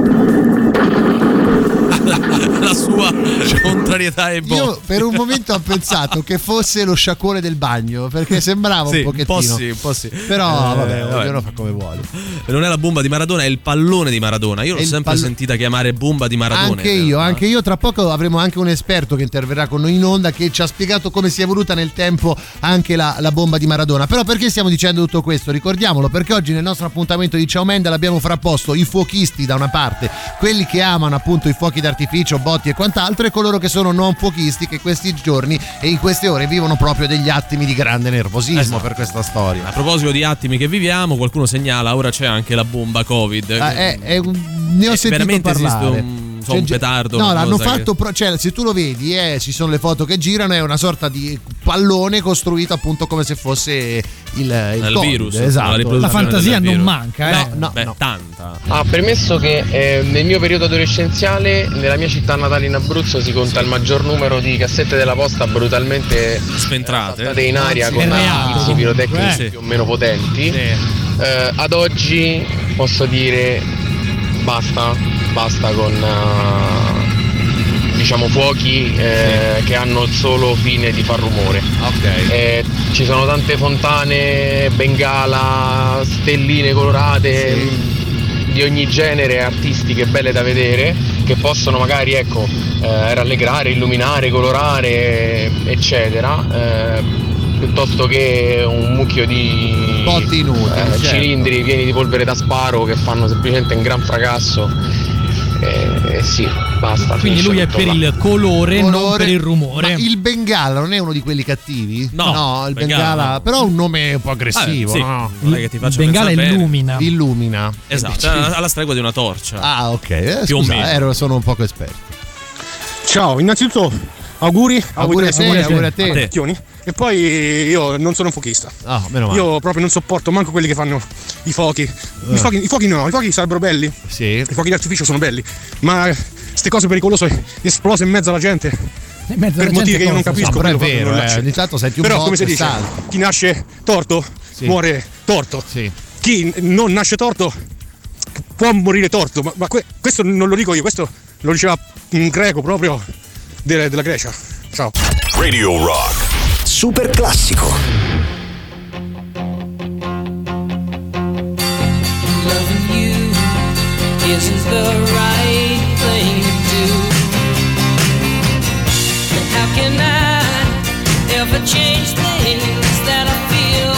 La sua contrarietà ai botti. Io per un momento ho pensato che fosse lo sciacquone del bagno perché sembrava Sì, un pochettino. un po' sì, un po' sì. Però Eh, vabbè, vabbè. ognuno fa come vuole. Non è la bomba di Maradona, è il pallone di Maradona. Io l'ho È il sempre pallo- sentita chiamare bomba di Maradona. Anche in io, realtà. anche io. Tra poco avremo anche un esperto che interverrà con noi in onda che ci ha spiegato come si è evoluta nel tempo anche la, la bomba di Maradona. Però perché stiamo dicendo tutto questo? Ricordiamolo perché oggi nel nostro appuntamento di Ciao Mendel abbiamo frapposto i fuochisti da una parte, quelli che amano appunto i fuochi d'artificio, botti e quant'altro, e coloro che sono non fuochisti che questi giorni e in queste ore vivono proprio degli attimi di grande nervosismo Esatto. per questa storia. A proposito di attimi che viviamo, qualcuno segnala ora c'è anche la bomba Covid. Ah, è- è un- ne ho Eh, sentito veramente parlare. esiste un, so, un C'è- petardo. No, una l'hanno cosa fatto, pro- cioè se tu lo vedi, eh, ci sono le foto che girano, è una sorta di pallone costruito appunto come se fosse il, il, Il Covid, virus, esatto. la riproduzione La fantasia del non virus. manca, eh. Beh, No, beh, no. tanta. Ah, premesso che eh, nel mio periodo adolescenziale nella mia città natale in Abruzzo si conta il maggior numero di cassette della posta brutalmente Sventrate. saltate in aria Sì, con è armi reato, pirotecnici eh. più o meno potenti. Sì. Eh, ad oggi posso dire basta, basta con eh, diciamo fuochi eh, che hanno il solo fine di far rumore. Ok. Eh, ci sono tante fontane, bengala, stelline colorate mh, di ogni genere, artistiche belle da vedere, che possono magari ecco eh, rallegrare, illuminare, colorare, eccetera. Eh, piuttosto che un mucchio di Botti inutili, eh, certo. cilindri pieni di polvere da sparo che fanno semplicemente un gran fracasso. Eh, sì, basta. Quindi finisce lui è tutto per là. il colore, non Colore. per il rumore. Ma il bengala non è uno di quelli cattivi? No, il Bengala bengala, no. però ha un nome un po' aggressivo, Vabbè, sì. no? Non è che ti faccia il bengala pensare bene. illumina. Illumina. Esatto, alla alla stregua di una torcia. Ah, ok. Eh, Più o scusa, meno. ero- sono un poco esperto. Ciao, innanzitutto auguri, Auguri a te, auguri auguri a te. a Vecchioni. E poi io non sono un fuochista. Ah, meno male. Io proprio non sopporto manco quelli che fanno i fuochi. Eh. I fuochi, i fuochi no, i fuochi sarebbero belli. Sì. I fuochi d'artificio sono belli. Ma queste cose pericolose esplose in mezzo alla gente. In mezzo Per alla motivi gente che io non cosa? capisco. No, però è quello vero, non eh, lascio. ogni tanto senti un Però botto come si e dice, salti. chi nasce torto Sì. muore torto. Sì. Chi non nasce torto può morire torto. Ma, ma que- questo non lo dico io, questo lo diceva un greco proprio de- della Grecia. Ciao. Radio Rock. Super classico. Loving you isn't the right thing to do. And how can I ever change things that I feel?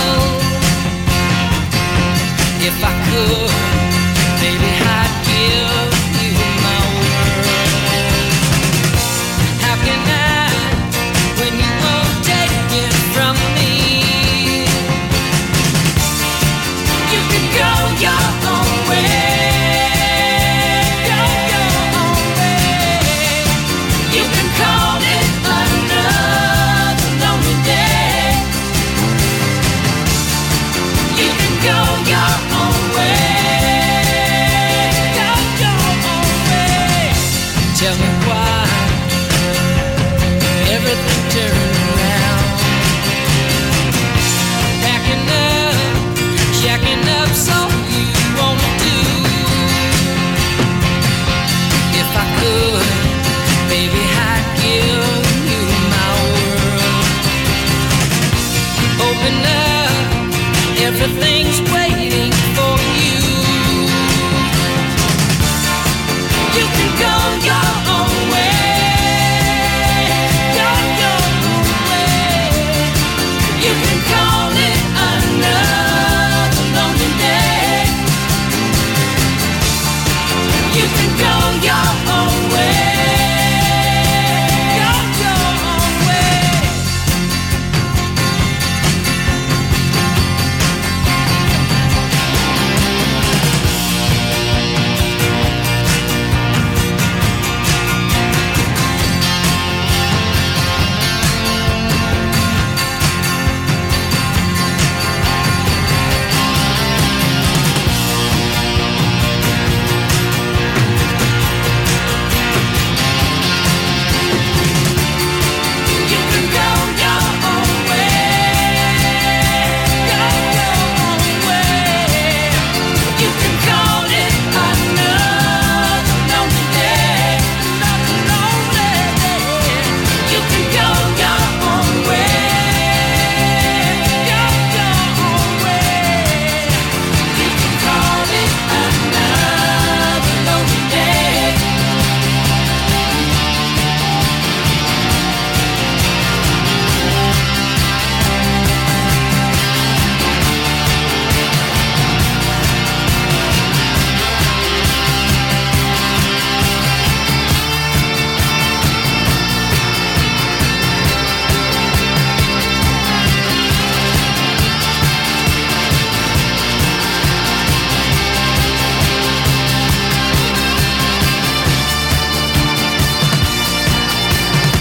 If I could, baby, I'd give you my world. How can I, when you won't take it from me? You can go your own way, go your own way. You can call it another lonely day. You can go your own way.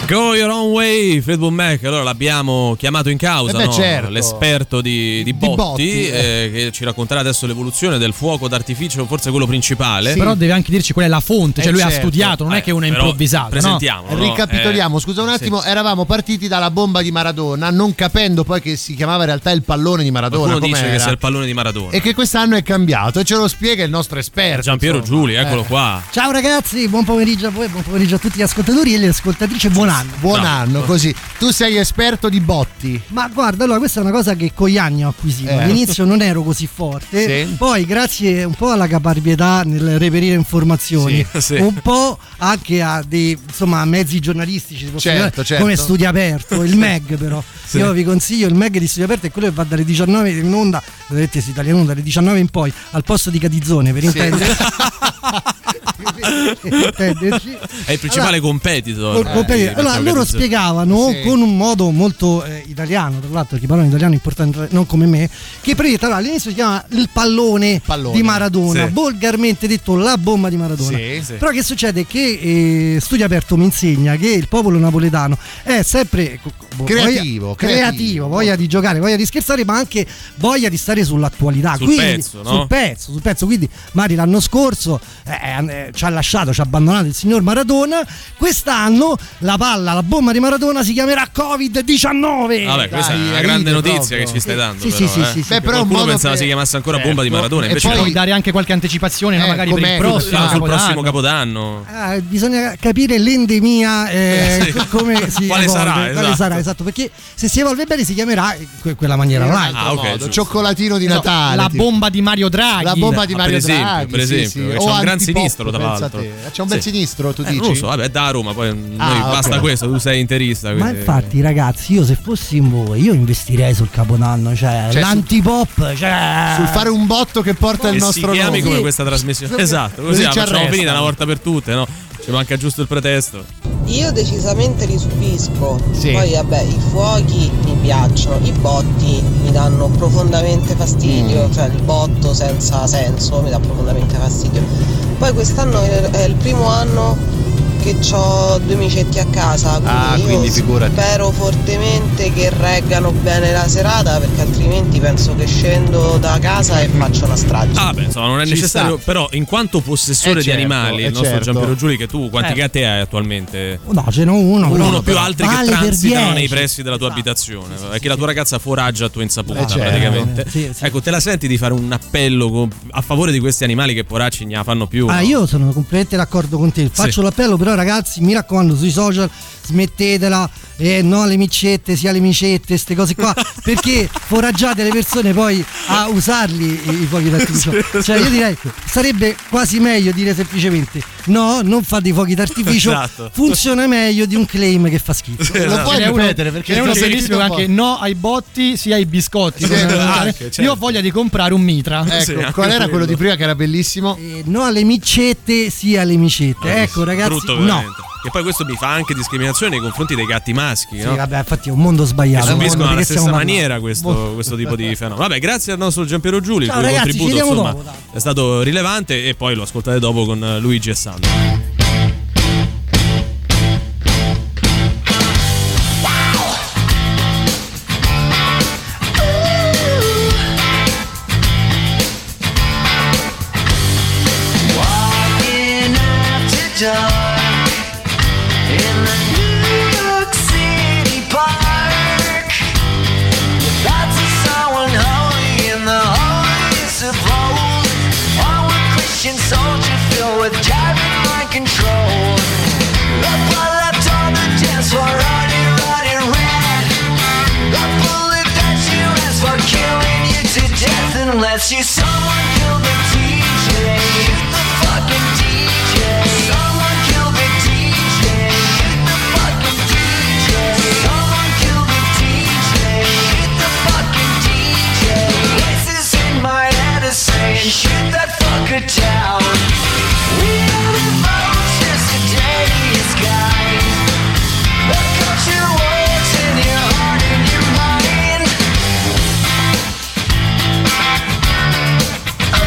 Go Your Own Way, Fleetwood Mac. Allora l'abbiamo chiamato in causa, eh beh, no? certo. L'esperto di, di Botti, di Botti eh, che ci racconterà adesso l'evoluzione del fuoco d'artificio, forse quello principale. Sì. Però deve anche dirci qual è la fonte, cioè eh lui certo. ha studiato, non eh, è che uno è però improvvisato. Presentiamo. No? No? Ricapitoliamo, eh, scusa un attimo, sì. eravamo partiti dalla bomba di Maradona, non capendo poi che si chiamava in realtà il pallone di Maradona. Qualcuno dice com'era. che sia il pallone di Maradona. E che quest'anno è cambiato e ce lo spiega il nostro esperto. Giampiero insomma. Giuli, eccolo Eh. qua. Ciao ragazzi, buon pomeriggio a voi, buon pomeriggio a tutti gli ascoltatori e le ascoltatrici, buon anno. Buon No. anno, così. Tu sei esperto di botti. Ma guarda, allora questa è una cosa che con gli anni ho acquisito. Eh. All'inizio non ero così forte, Sì. poi grazie un po' alla caparbietà nel reperire informazioni, Sì, sì. un po' anche a dei insomma mezzi giornalistici, si può Certo, dire, certo. come Studio Aperto, il M E G però. Sì. Io vi consiglio il M E G di Studio Aperto, è quello che va dalle diciannove in onda, vedete si Italia in onda dalle diciannove in poi, al posto di Catizzone per Sì. intendere. intenderci. È il principale Allora, competitor. Col- eh, competi- di allora Matteo loro Catizzone. spiegavano Sì. con un modo molto eh, italiano, tra l'altro, che parlano italiano importante, non come me, che praticamente allora, all'inizio si chiama il pallone, Pallone. di Maradona, Sì. volgarmente detto la bomba di Maradona. Sì, sì. Però che succede? Che eh, Studio Aperto mi insegna che il popolo napoletano è sempre boh, Creativo, voglia, creativo. voglia di giocare, voglia di scherzare, ma anche voglia di stare sull'attualità. Sul Quindi, pezzo, no? sul pezzo, sul pezzo. Quindi Mari l'anno scorso eh, eh, ci ha lasciato, ci ha abbandonato il signor Maradona. Quest'anno la palla, la bomba di Maradona si chiamerà covid diciannove. Vabbè, questa Dai, è una ride grande notizia proprio. che ci stai dando. Sì, però, sì, sì, eh. sì, sì. Beh, però un Qualcuno modo pensava per- si chiamasse ancora Ecco. bomba di Maradona, E invece poi- no. Puoi dare anche qualche anticipazione, no? Eh, magari per com'è? il prossimo Ah, sul Capodanno. prossimo Capodanno. Ah, bisogna capire l'endemia eh, Sì. come si Quale evolve, sarà, quale esatto. sarà, esatto, perché se si evolve bene si chiamerà in que- quella maniera In un là. altro Ah, ok, modo. giusto. Cioccolatino di No, Natale. la tipo. bomba di Mario Draghi. La bomba di Ah, Mario per esempio, Draghi, per sì, esempio, sì. che O c'è un gran antipop, sinistro, tra pensa l'altro. te. C'è un bel Sì. sinistro, tu Eh, dici? non lo so, vabbè, da Roma, poi noi Ah, basta ok. questo, tu sei interista. Ma quindi- infatti ragazzi, io se fossi in voi, io investirei sul Capodanno, cioè, Cioè, l'antipop, cioè Sul fare un botto che porta che il si nostro chiami nome. come Sì. questa trasmissione. Sì. Esatto, Così così la ci facciamo arrestano. finita una volta per tutte, no? Ci manca giusto il pretesto. Io decisamente li subisco, Sì. poi vabbè i fuochi mi piacciono, i botti mi danno profondamente fastidio, Mm. cioè il botto senza senso mi dà profondamente fastidio. Poi quest'anno è è il primo anno che ho due amicetti a casa, quindi Ah, io quindi figurati. spero fortemente che reggano bene la serata, perché altrimenti penso che scendo da casa e faccio una strage. Ah, beh, insomma, non è Ci necessario. sta. Però, in quanto possessore Eh, di certo, animali, eh, il nostro certo. Giampiero Giuli, che tu quanti Eh. gatti hai attualmente? no, ce n'ho uno, Uno però- più altri che vale per transitano dieci. nei pressi della tua abitazione, perché la tua ragazza foraggia a tua insaputa, Eh, certo. praticamente. Sì, sì. Ecco, te la senti di fare un appello co- a favore di questi animali che poracci ne fanno più? Ah, no? io sono completamente d'accordo con te. Faccio Sì. l'appello, però, ragazzi, mi raccomando, sui social smettetela. Eh, no alle micette, sia alle micette, queste cose qua, perché foraggiate le persone poi a usarli i, i fuochi d'artificio. Cioè, io direi sarebbe quasi meglio dire semplicemente no, non fate i fuochi d'artificio. Esatto. Funziona meglio di un claim che fa schifo. Lo puoi Ce n'è uno- ripetere perché ce n'è uno sto bellissimo sentendo anche un po'. no ai botti sia ai biscotti. Sì, Come anche, mangiare. certo. Io ho voglia di comprare un mitra. Ecco, Sì, anche qual era quello. quello di prima che era bellissimo? Eh, no alle micette, sia alle micette. Ecco, ragazzi, Brutto, no. veramente. E poi questo mi fa anche discriminazione nei confronti dei gatti maschi, Sì, no? vabbè, infatti è un mondo Che sbagliato. subiscono Di alla che stessa stiamo maniera parlando? questo, questo tipo di fenomeno. Vabbè, grazie al nostro Giampiero Giuli, il Ciao, cui ragazzi, ci contributo vediamo insomma, dopo, dai. è stato rilevante, e poi lo ascoltate dopo con eh, Luigi e Sandro. Walking after dark in the New York City park. Your thoughts of someone holy in the holiest of holes. Or a Christian soldier filled with driving mind control. The blood left on the dance floor, running, running red. The bullet that you asked for, killing you to death, unless you someone killed the D J. Hit the fucking D J. Someone killed the D J. Hit the fucking D J. Someone killed the D J. Hit the fucking D J. Voices in my head are saying, shoot that fucker down. We are the vultures, today is gone. The culture wars in your heart and your mind.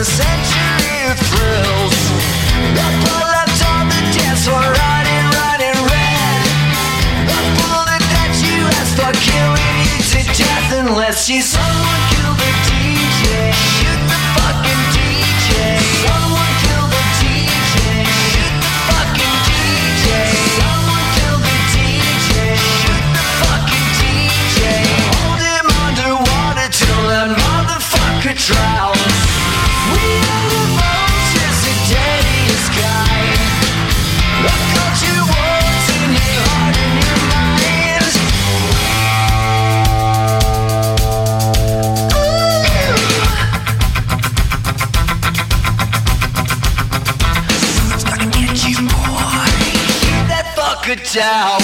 a century of thrills. The bullet on the dance floor, running, running red. The bullet that you asked for, killing you to death unless you someone kill the D J. Shoot the fucking D J. Someone kill the D J. Shoot the fucking D J. Someone kill the D J. Shoot the fucking D J. Hold him underwater till that motherfucker drowns. We are the vultures, the deadliest kind. The culture wars in your heart and your mind. It's gonna get you, boy. Keep that fucker down.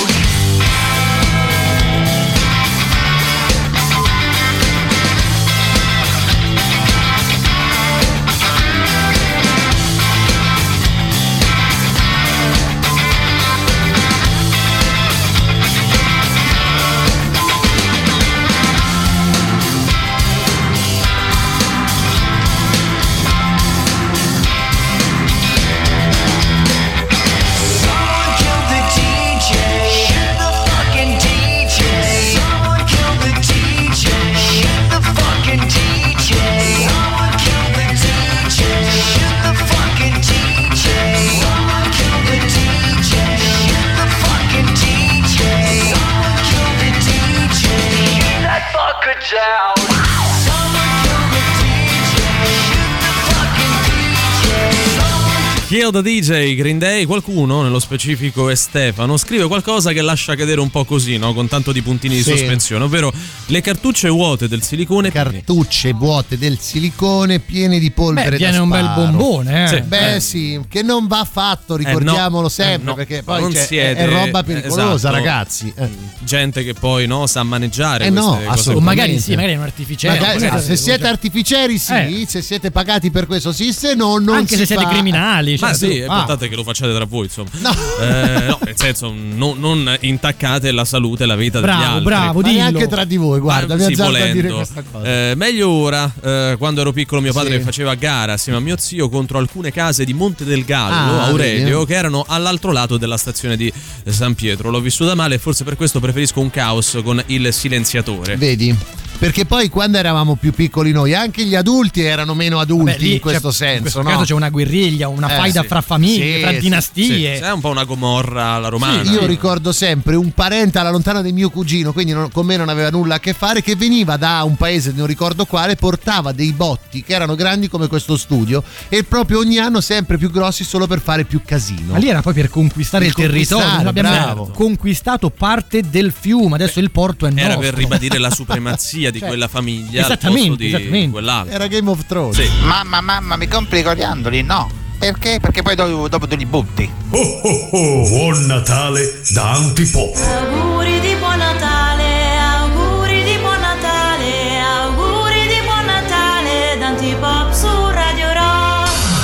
Someone kill the D J. Shoot the fucking D J. Someone kill the D J. Shoot the fucking D J. Someone kill the D J. Shoot the fucking D J. Someone kill the D J. Shoot the fucking D J. Someone kill the D J. Shoot that fucker down. Someone kill the D J. Shoot the fucking D J. Someone Kill the D J, Green Day. Qualcuno, nello specifico è Stefano, scrive qualcosa che lascia cadere un po' così, no? Con tanto di puntini di Sì. sospensione, ovvero le cartucce vuote del silicone. Cartucce vuote del silicone piene di polvere Beh, viene da un bel sparo. bombone, eh. Sì. Beh Eh. sì, che non va fatto, ricordiamolo no, sempre, eh, no. perché poi Non cioè, siete- è roba pericolosa, esatto. ragazzi. Eh. Gente che poi no sa maneggiare Eh no, queste cose. assolutamente. O magari sì, magari è un artificiere. Magari- Magari- se siete artificieri sì, Eh. se siete pagati per questo sì, se no non Anche si se siete fa. criminali. Ma cioè, sì, tu- è ah. importante che lo facciate tra voi, insomma. No, eh, no nel senso, non, non intaccate la salute e la vita Bravo, degli altri. bravo, Ma dillo. neanche tra di voi, guarda, Ah, mi sì, azzardo a dire volendo. questa cosa. Eh, meglio ora, eh, quando ero piccolo mio padre Sì. faceva gara assieme a mio zio contro alcune case di Monte del Gallo, Ah, Aurelio, vedi. che erano all'altro lato della stazione di San Pietro. L'ho vissuta male e forse per questo preferisco un caos con il silenziatore. Vedi? Perché poi quando eravamo più piccoli noi, anche gli adulti erano meno adulti. Vabbè, lì in questo c'è- senso, in questo no? caso c'è una guerriglia, una Eh, faida sì. fra famiglie, Sì, fra sì, dinastie. Sì, è un po' una Gomorra alla romana. Sì, io ricordo sempre un parente alla lontana del mio cugino, quindi non- con me non aveva nulla a che fare, che veniva da un paese, non ricordo quale, portava dei botti che erano grandi come questo studio e proprio ogni anno sempre più grossi solo per fare più casino. Ma lì era poi per conquistare Per il territorio. conquistare, Noi abbiamo bravo. conquistato parte del fiume, adesso il porto è Era nostro. per ribadire la supremazia di Cioè, quella famiglia al esattamente, posto di esattamente. quell'altro. Era Game of Thrones. Sì. Mamma, mamma, mi compri i coriandoli? No. Perché? Perché poi dopo, dopo tu li butti. Oh oh oh, buon Natale da Antipop. Auguri di buon Natale, auguri di buon Natale, auguri di buon Natale, d'Antipop su Radio Rock.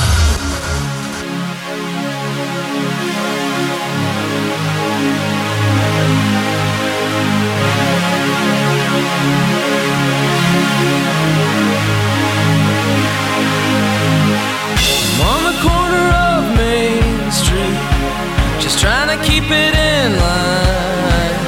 On the corner of Main Street, just trying to keep it in line.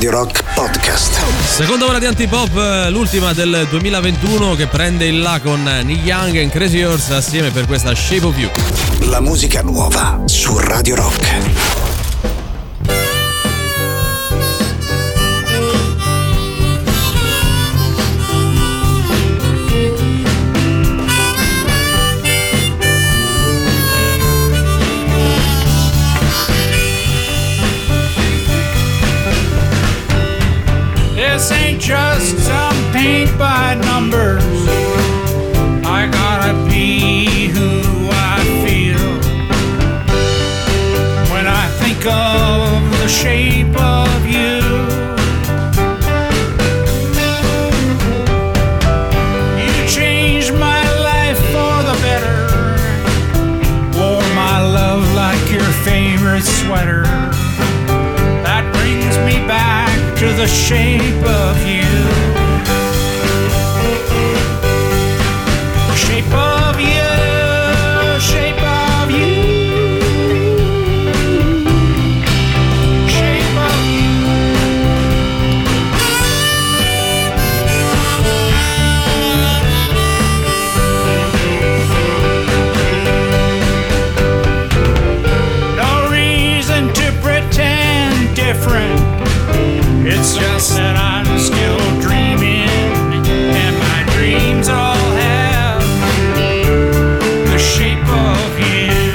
Radio Rock Podcast. Seconda ora di Antipop, l'ultima del duemilaventuno, che prende il là con Neil Young e Crazy Horse assieme per questa Shape of You. La musica nuova su Radio Rock. This ain't just some paint by numbers. I gotta be who I feel when I think of the shape of you. You changed my life for the better, wore my love like your favorite sweater. That brings me back to the shape of you. Shape of you, shape of you, shape of you. No reason to pretend different. It's just that I'm still dreaming, and my dreams all have the shape of you.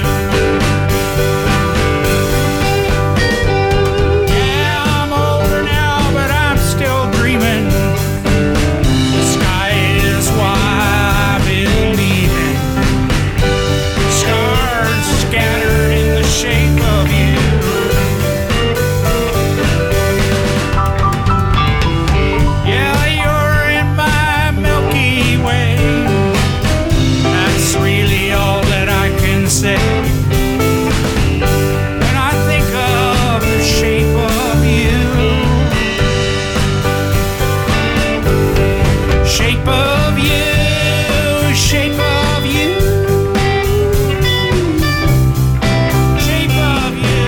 Yeah, I'm older now, but I'm still dreaming. The sky is why I believe in. Stars scattered in the shape of you. Say, when I think of the shape of you, shape of you, shape of you, shape of you.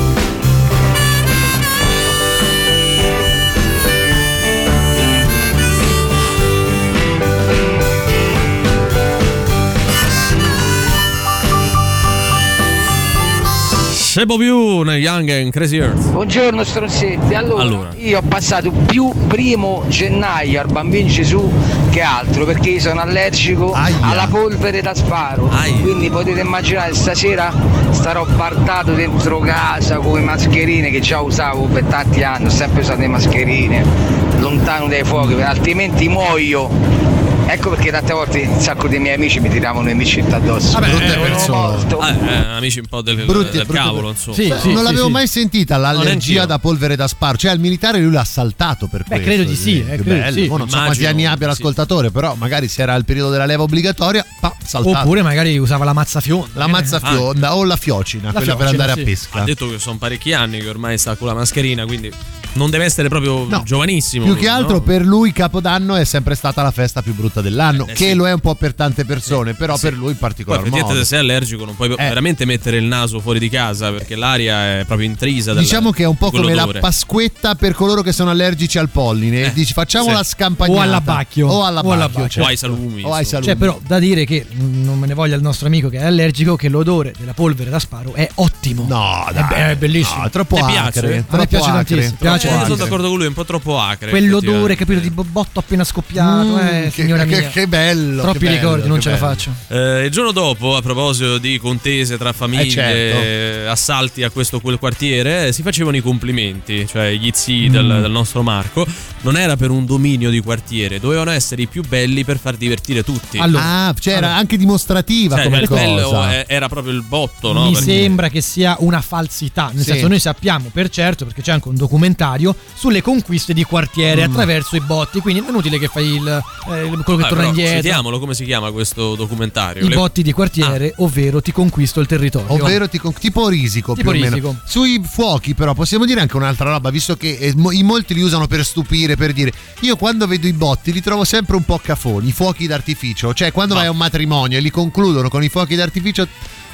Shape of You, Neil Young and Crazy Earth. Buongiorno stronzetti, allora, Allora. io ho passato più primo gennaio al Bambino Gesù che altro, perché io sono allergico alla polvere da sparo. Quindi potete immaginare, stasera starò bardato dentro casa con le mascherine che già usavo per tanti anni, ho sempre usato le mascherine, lontano dai fuochi, altrimenti muoio. Ecco perché tante volte un sacco dei miei amici mi tiravano le micette addosso. Vabbè, Brutte eh, persone. Eh, eh, amici un po' del, Brutti, del brutti, cavolo, brutti. insomma. Sì, non l'avevo mai sentita l'allergia anch'io. da polvere da sparo. Cioè, al militare lui l'ha saltato per Beh, questo. credo di sì, Che eh, credo di bello. sì. Mo non so Immagino, quanti anni abbia sì. l'ascoltatore, però magari se era il periodo della leva obbligatoria, pa, saltato. Oppure magari usava la mazza fionda. La mazza fionda o la fiocina, La quella per fiocina, andare sì. a pesca. Ha detto che sono parecchi anni che ormai sta con la mascherina, quindi non deve essere proprio giovanissimo. Più lui, che altro no? per lui Capodanno è sempre stata la festa più brutta dell'anno, Eh, che sì. lo è un po' per tante persone, però Sì. per lui in Poi particolar effettivamente modo. se sei allergico non puoi Eh. veramente mettere il naso fuori di casa, perché l'aria è proprio intrisa dalla- Diciamo che è un po' di come la quell'odore. pasquetta per coloro che sono allergici al polline. Eh, Dici facciamo sì. la scampagnata O all'abbacchio. o alla O alla bacchio, bacchio. O ai salumi. o ai salumi. Cioè, però, da dire che mh, non me ne voglia il nostro amico che è allergico, che l'odore della polvere da sparo è ottimo. No, è, dai. be- è bellissimo. No, è troppo Ti acre. piace? A me troppo piace acre, tantissimo, troppo piace Eh, io sono acre. d'accordo con lui, è un po' troppo acre. Quell'odore, effettivamente. capito, di bobotto appena scoppiato, Mm, eh, che- signora che- mia. che bello, Troppi che bello, ricordi, non che ce la bello. faccio. Eh, il giorno dopo, a proposito di contese tra famiglie, Eh, certo. eh, assalti a questo o quel quartiere, eh, si facevano i complimenti, cioè gli zii Mm. del, del nostro Marco. Non era per un dominio di quartiere, dovevano essere i più belli per far divertire tutti. ah, cioè era anche dimostrativa Cioè, come il bello cosa. è- era proprio il botto, no? Mi Perché- sembra che sia una falsità, nel Sì. senso noi sappiamo per certo, perché c'è anche un documentario sulle conquiste di quartiere Mm. attraverso i botti, quindi è inutile che fai il, eh, quello che Ah, torna però, indietro. citiamolo, come si chiama questo documentario? I Le- botti di quartiere, ovvero ti conquisto il territorio. Ovvero ti con- tipo risico Tipo più o meno. risico. Sui fuochi però possiamo dire anche un'altra roba, visto che eh, mo- in molti li usano per stupire, per dire io quando vedo i botti li trovo sempre un po' cafoni, i fuochi d'artificio, cioè quando vai a un matrimonio e li concludono con i fuochi d'artificio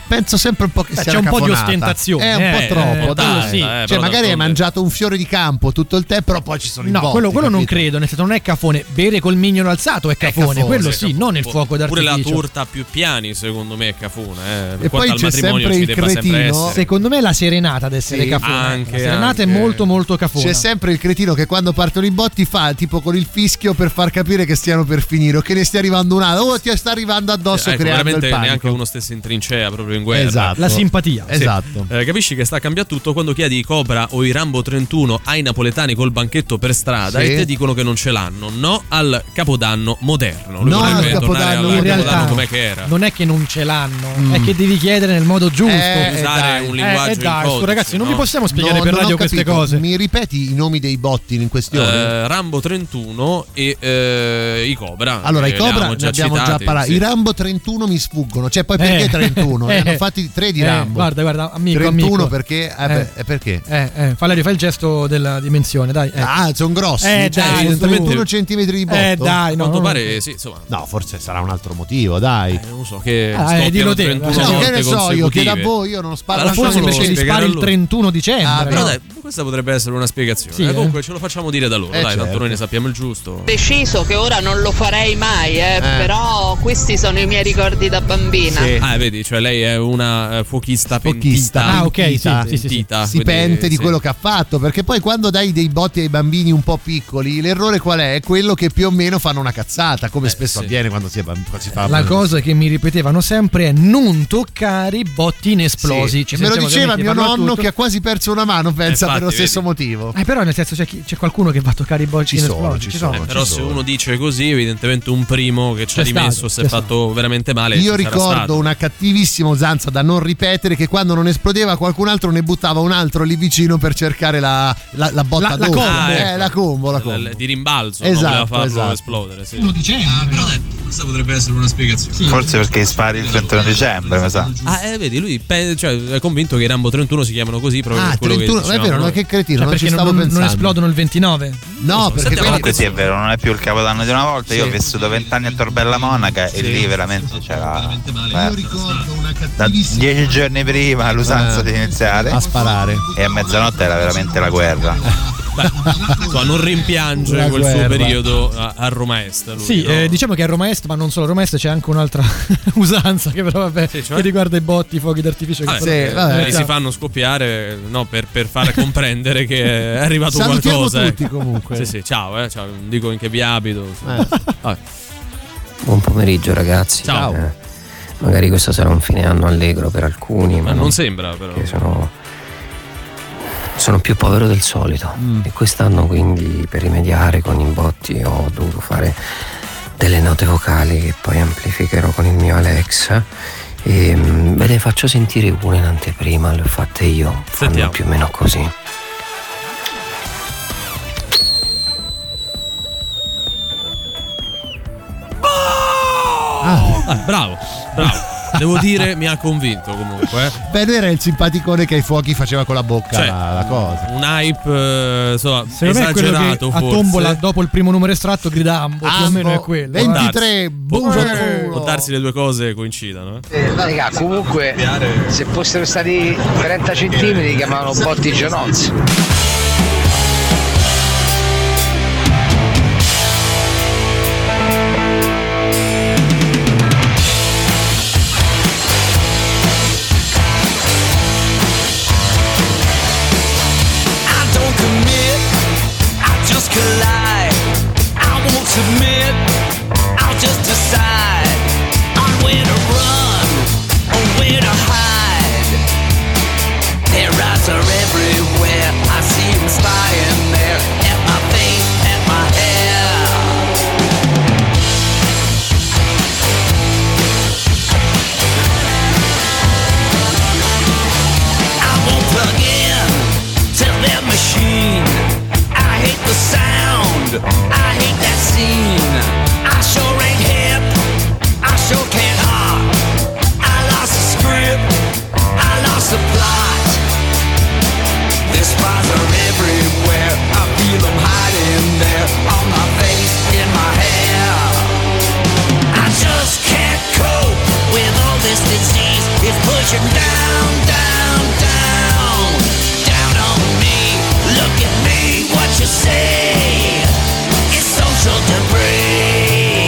penso sempre un po' che Beh, sia c'è una un po' di cafonata. ostentazione, È un eh, po' troppo, eh, dai. sì. Eh, Cioè, però magari hai d'altronde- mangiato un fiore di campo tutto il tè, però poi ci sono i No, botti, quello, quello non capito? credo, nel senso non è cafone. Bere col mignolo alzato è cafone, cafone, quello sì, sì, non il fuoco Pure d'artificio. la torta a più piani, secondo me, è cafone. Eh. E Quanto poi al c'è matrimonio sempre ci il debba sempre cretino. essere. Secondo me è la serenata ad essere Sì, cafone. anche, la serenata anche. è molto molto cafone. C'è sempre il cretino che quando partono i botti fa tipo con il fischio per far capire che stiano per finire o che ne stia arrivando un altro, o ti sta arrivando addosso Ecco, creando il veramente panico. neanche uno stesso in trincea proprio in guerra. Esatto. La simpatia. Sì. Esatto. Eh, capisci che sta cambiando tutto quando chiedi i Cobra o i Rambo trentuno ai napoletani col banchetto per strada Sì. e te dicono che non ce l'hanno. No al Capodanno moderno. Lui No vorrebbe al tornare Capodanno, al in realtà Capodanno com'è che era. non è che non ce l'hanno, Mm. è che devi chiedere nel modo giusto. Eh, Usare dai. un Eh, linguaggio eh, dai, in su, codice, ragazzi, non no? vi possiamo spiegare No, per non radio ho queste capito. cose. Mi ripeti i nomi dei botti in questione? Eh, Rambo trentuno e eh, i Cobra. Allora, che i Cobra abbiamo ne già abbiamo citati, già parlato. sì. I Rambo trentuno mi sfuggono. Cioè, poi perché Eh. trentuno? Ne Eh. hanno fatti tre di Eh, Rambo. guarda, guarda, amico, trentuno amico. perché? Eh, beh, eh, perché? Eh, eh, Valerio, fai il gesto della dimensione, dai. Eh. Ah, sono grossi. Eh, cioè, dai, evidentemente su. ventuno centimetri di botto. Eh, dai, A no. quanto no, pare, sì, insomma. No, forse sarà un altro motivo, dai. Eh, non so che Ah, eh, scoppiano dillo te. trentuno Cioè, no, volte che ne so io, consecutive. chiedo a voi, io non sparo. Allora, Forse lasciamolo perché li spiegare spari a il loro. trentuno dicembre. Ah, Però no? dai, questa potrebbe essere una spiegazione. Sì, Eh, eh. comunque ce lo facciamo dire da loro, Eh, dai, tanto certo. noi ne sappiamo il giusto. Preciso che ora non lo farei mai, eh, però questi sono i miei ricordi da bambina. Sì. Ah, vedi, cioè lei è una eh, fuochista Fuochista. pentita. Ah, ok, sì, pentita, sì, sì, sì. pentita, Si quindi, pente di sì. quello che ha fatto, perché poi quando dai dei botti ai bambini un po' piccoli, l'errore qual è? È quello che più o meno fanno una cazzata, come Eh, spesso sì. avviene quando si, è bamb- quando si fa La cosa che mi ripetevano sempre è non toccare i botti inesplosi. Sì. Ci Me lo sentiamo diceva ovviamente mio parlare nonno tutto. che ha quasi perso una mano, pensa, Eh, per lo infatti, stesso motivo. Eh, però nel senso c'è, chi- c'è qualcuno che va a toccare i botti Ci sono, inesplosi. ci sono. Eh, ci però se sono. uno dice così, evidentemente un primo che ci ha C'è stato, rimesso si è c'è fatto veramente male. Io ci sarà ricordo stato. una cattivissima usanza da non ripetere, che quando non esplodeva qualcun altro ne buttava un altro lì vicino per cercare la, la, la botta La- la dopo. combo. Ah, Eh, ecco. la combo, la L- combo. di rimbalzo, Esatto, no? Voleva farlo esatto. esplodere. Sì. Ah, però dai, questa potrebbe essere una spiegazione. Forse perché spari il trentuno dicembre, mi sa. Ah, eh, vedi, lui pe- cioè, è convinto che i Rambo trentuno si chiamano così proprio Ah, per quello trentuno, che è dicevamo vero, noi. no, che cretino, Cioè, non ci perché stavo non, non pensando. esplodono il ventinove? No, perché Sentiamo, quelli- Comunque sì, è vero, non è più il Capodanno di una volta. Io Sì. ho vissuto vent'anni a Torbella Monaca e lì veramente c'era. io beh, ricordo una da cattivissima dieci giorni prima l'usanza Eh, di iniziare a sparare. e a mezzanotte era veramente la guerra. Beh, insomma, non rimpiange La quel suo guerra. periodo a, a Roma Est. Lui, Sì, no? eh, diciamo che a Roma Est, ma non solo a Roma Est, c'è anche un'altra usanza che però vabbè, Sì, cioè? che riguarda i botti, i fuochi d'artificio. Che Vabbè, però- sì, vabbè. li si fanno scoppiare no, per, per far comprendere che è arrivato Salutiamo qualcosa. tutti ecco. comunque. Sì, sì, ciao, eh, ciao, non dico in che vi abito. sì. Eh. Vabbè. Buon pomeriggio ragazzi. Ciao. Eh, magari questo sarà un fine anno allegro per alcuni, ma Ma non non sembra però. che sono, sono più povero del solito e quest'anno quindi per rimediare con i botti ho dovuto fare delle note vocali che poi amplificherò con il mio Alexa e mm, ve le faccio sentire una in anteprima, le ho fatte io, fanno Sentiamo. più o meno così. Ah, bravo, bravo. Devo dire, mi ha convinto comunque. eh. Beh, lui era il simpaticone che ai fuochi faceva con la bocca Cioè, la, la cosa. Un hype, eh, insomma, Secondo me è quello che esagerato a forse. tombola dopo il primo numero estratto grida Ambo, più o meno è quello. eh. ventitré, bucio al Può culo. darsi le due cose coincidano. Eh? Raga, comunque se fossero stati trenta centimetri li chiamavano botti Gionozzi. I don't commit, I just collide. I won't submit, I'll just decide on where to run or where to hide. Their eyes are everywhere, I see pushing down, down, down, down on me. Look at me, what you say? It's social debris.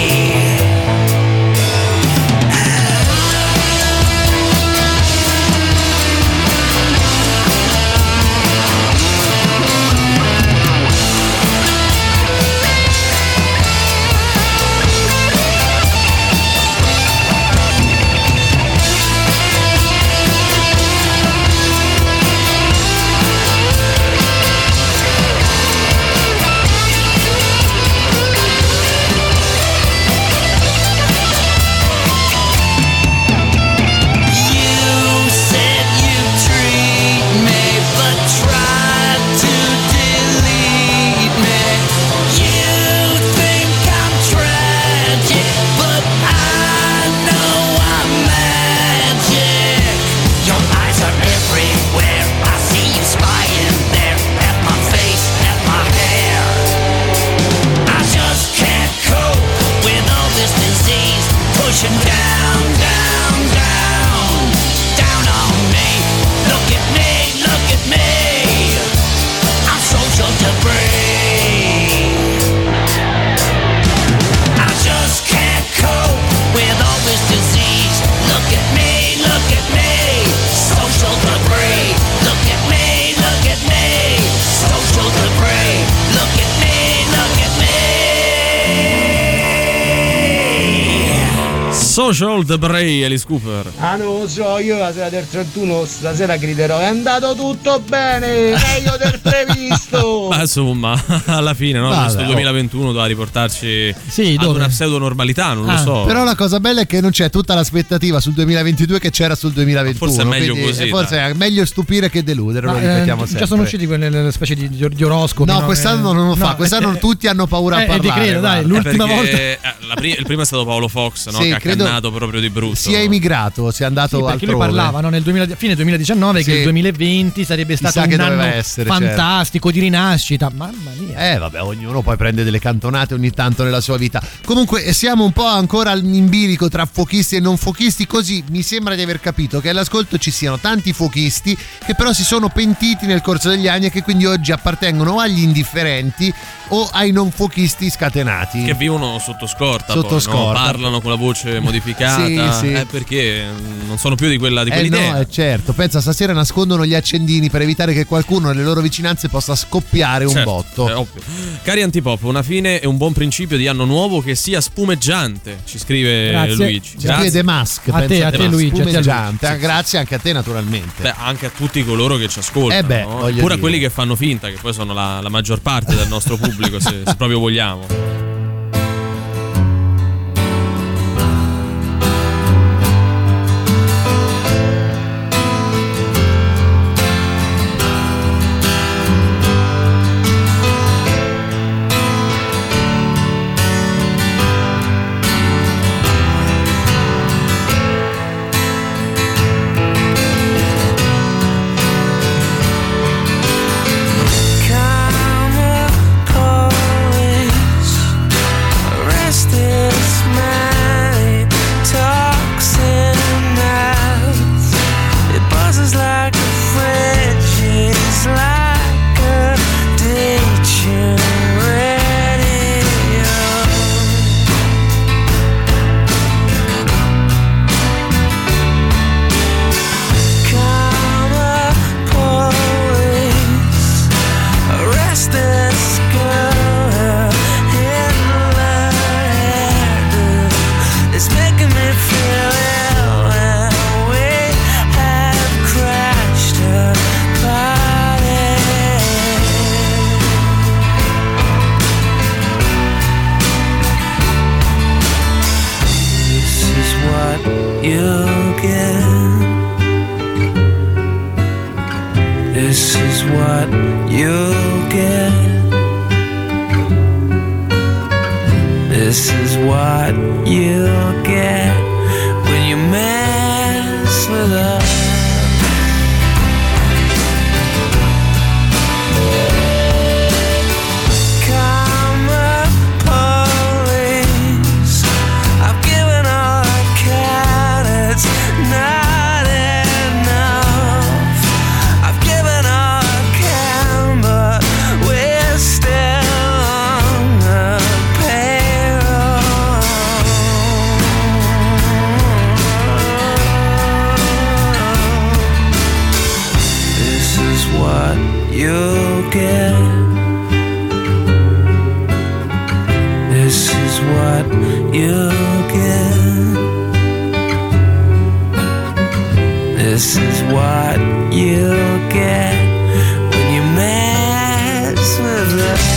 Pushing down, down, down, down on me. Look at me, look at me. I'm social debris. I just can't cope with all this disease. Look at me, look at me. Social debris. Look at me, look at me. Social debris. Look at me, look at me. Social Debris, Alice Cooper. Ah, non lo so, io la sera del trentuno stasera griderò: è andato tutto bene, meglio del previsto. Ma insomma, alla fine, no? Vabbè, Questo oh. duemilaventuno doveva riportarci Sì, ad dove? una pseudo normalità, non Ah, lo so. Però la cosa bella è che non c'è tutta l'aspettativa sul duemilaventidue che c'era sul duemilaventuno. Forse è meglio quindi, così, eh, Forse dai. è meglio stupire che deludere, Ma, lo eh, ripetiamo sempre. già sono usciti quelle le specie di, di oroscopi. No, quest'anno Eh, non lo fa, no, quest'anno eh, tutti hanno paura a eh, parlare. ti credo, dai, guarda. l'ultima Perché, volta. eh, la pri- il primo è stato Paolo Fox, no? Sì, che ha credo cannato proprio di brutto. Si è emigrato, si è andato Sì, perché lui altrove. parlava no, nel duemila fine duemiladiciannove Sì. che il duemilaventi sarebbe Chissà stato che un anno doveva essere, fantastico di rinascita. Mamma mia. Eh vabbè, ognuno poi prende delle cantonate ogni tanto nella sua vita. Comunque eh, siamo un po' ancora in bilico tra fuochisti e non fuochisti, così mi sembra di aver capito che all'ascolto ci siano tanti fuochisti che però si sono pentiti nel corso degli anni e che quindi oggi appartengono agli indifferenti o ai non fuochisti scatenati. Che vivono sotto scorta, Sotto poi, no? scorta. Parlano con la voce modificata. Sì, sì. Eh, perché non sono più di quella di Eh quell'idea. no, è certo, pensa stasera nascondono gli accendini per evitare che qualcuno nelle loro vicinanze possa scoppiare un Certo, botto. è ovvio. Cari Antipop, una fine e un buon principio di anno nuovo che sia spumeggiante, ci scrive Grazie. Luigi. Si scrive The Mask, A te, pensa a te, The Mask, Luigi, a te, spumeggiante. Luigi. Ah, grazie anche a te naturalmente. Beh, anche a tutti coloro che ci ascoltano, Eh beh, no? voglio Pure a dire. quelli che fanno finta, che poi sono la, la maggior parte del nostro pubblico, se, se proprio vogliamo. This is what you'll get. This is what you'll get when you mess with us. Not This is what you get when you mess with love.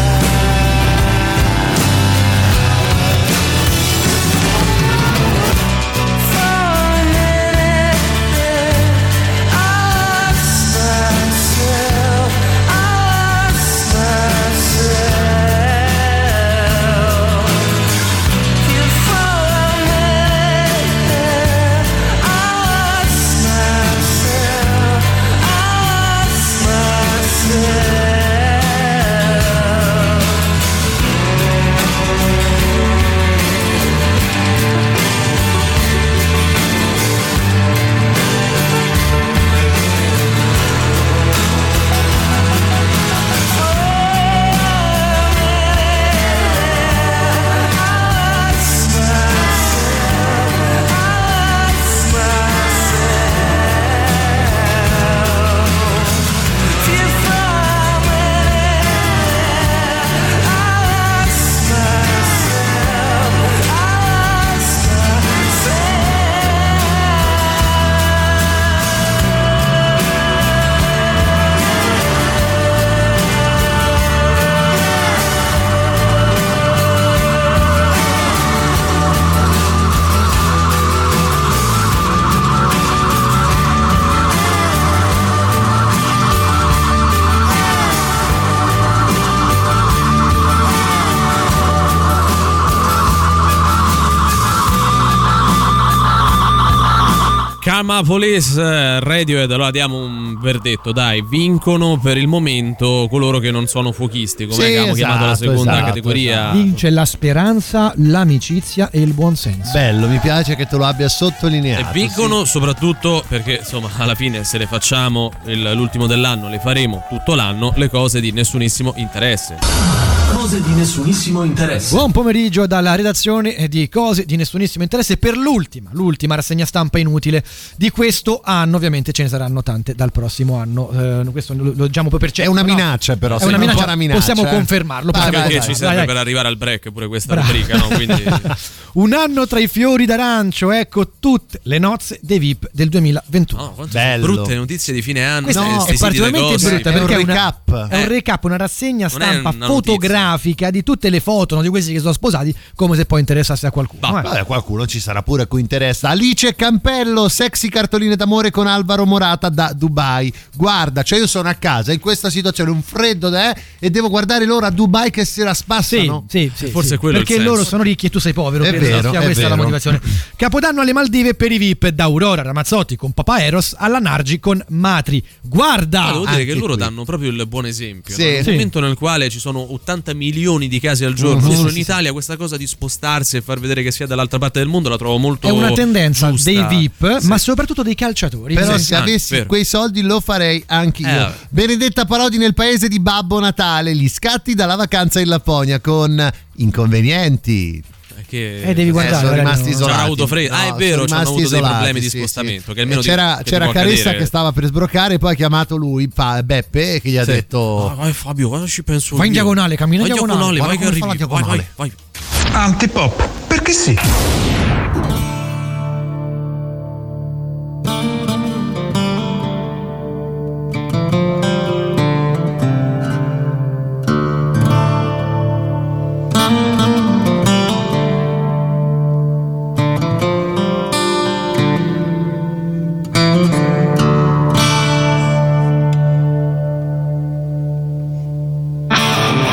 Calma Police, Radiohead, allora diamo un verdetto, dai, vincono per il momento coloro che non sono fuochisti, come sì, abbiamo esatto, chiamato la seconda esatto, categoria. esatto. Vince la speranza, l'amicizia e il buonsenso. Bello, mi piace che te lo abbia sottolineato. E vincono sì. soprattutto perché insomma alla fine se le facciamo il, l'ultimo dell'anno, le faremo tutto l'anno, le cose di nessunissimo interesse. Cose di nessunissimo interesse. Buon pomeriggio dalla redazione di Cose di nessunissimo interesse per l'ultima, l'ultima rassegna stampa inutile di questo anno. Ovviamente ce ne saranno tante dal prossimo anno. Eh, questo lo, lo diciamo poi per certo. È una no? minaccia, però. È una minaccia, un una minaccia, possiamo eh? confermarlo. Anche possiamo perché ci serve dai, per dai. arrivare al break pure questa Bravo. rubrica, no? Quindi Un anno tra i fiori d'arancio, ecco tutte le nozze dei V I P del duemilaventuno. no, quanto sono brutte notizie di fine anno. Questa sti- è sti siti particolarmente dei brutta È un perché è una, recap. è un Eh. recap, una rassegna Non è stampa una fotografica di tutte le foto, no, di questi che sono sposati, come se poi interessasse a qualcuno. Bah, Eh. Vabbè, qualcuno ci sarà pure a cui interessa. Alice Campello, sexy cartoline d'amore con Alvaro Morata da Dubai. Guarda, cioè io sono a casa in questa situazione, un freddo da eh, e devo guardare loro a Dubai che se la Sì, spassano. sì, sì, Forse sì. è quello il perché senso. loro sono ricchi e tu sei povero. È credo vero, sia è questa vero. la motivazione. Capodanno alle Maldive per i V I P, da Aurora Ramazzotti con Papa Eros alla Nargi con Matri. Guarda! Ah, devo dire anche che loro qui. danno proprio il buon esempio. Sì. No? Nel Sì. momento nel quale ci sono ottanta milioni di casi al giorno, Mhm. solo Sì, in sì, Italia, questa cosa di spostarsi e far vedere che sia dall'altra parte del mondo la trovo molto È una tendenza giusta. dei V I P, Sì. ma soprattutto dei calciatori. Però Sì. se Ah, avessi vero. quei soldi lo farei anche io. Eh, vabbè. Benedetta Parodi nel paese di Babbo Natale, gli scatti dalla vacanza in Lapponia con inconvenienti. Che Eh, devi guardare, sono ragazzi, rimasti no. isolati. Ci hanno avuto freddo. Ah, è No, vero, sono ci hanno rimasti avuto dei isolati, problemi di sì, spostamento, sì. che almeno E ti- c'era, che ti c'era può Caressa accadere. che stava per sbroccare, poi ha chiamato lui, pa- Beppe, che gli ha Sì. detto: Ah, vai Fabio, cosa ci penso Vai in io? diagonale, cammina in vai in diagonale, vai guarda che come fa arrivi. la Vai, vai, diagonale. vai. Antipop, perché sì?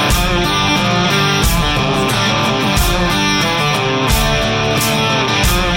Thank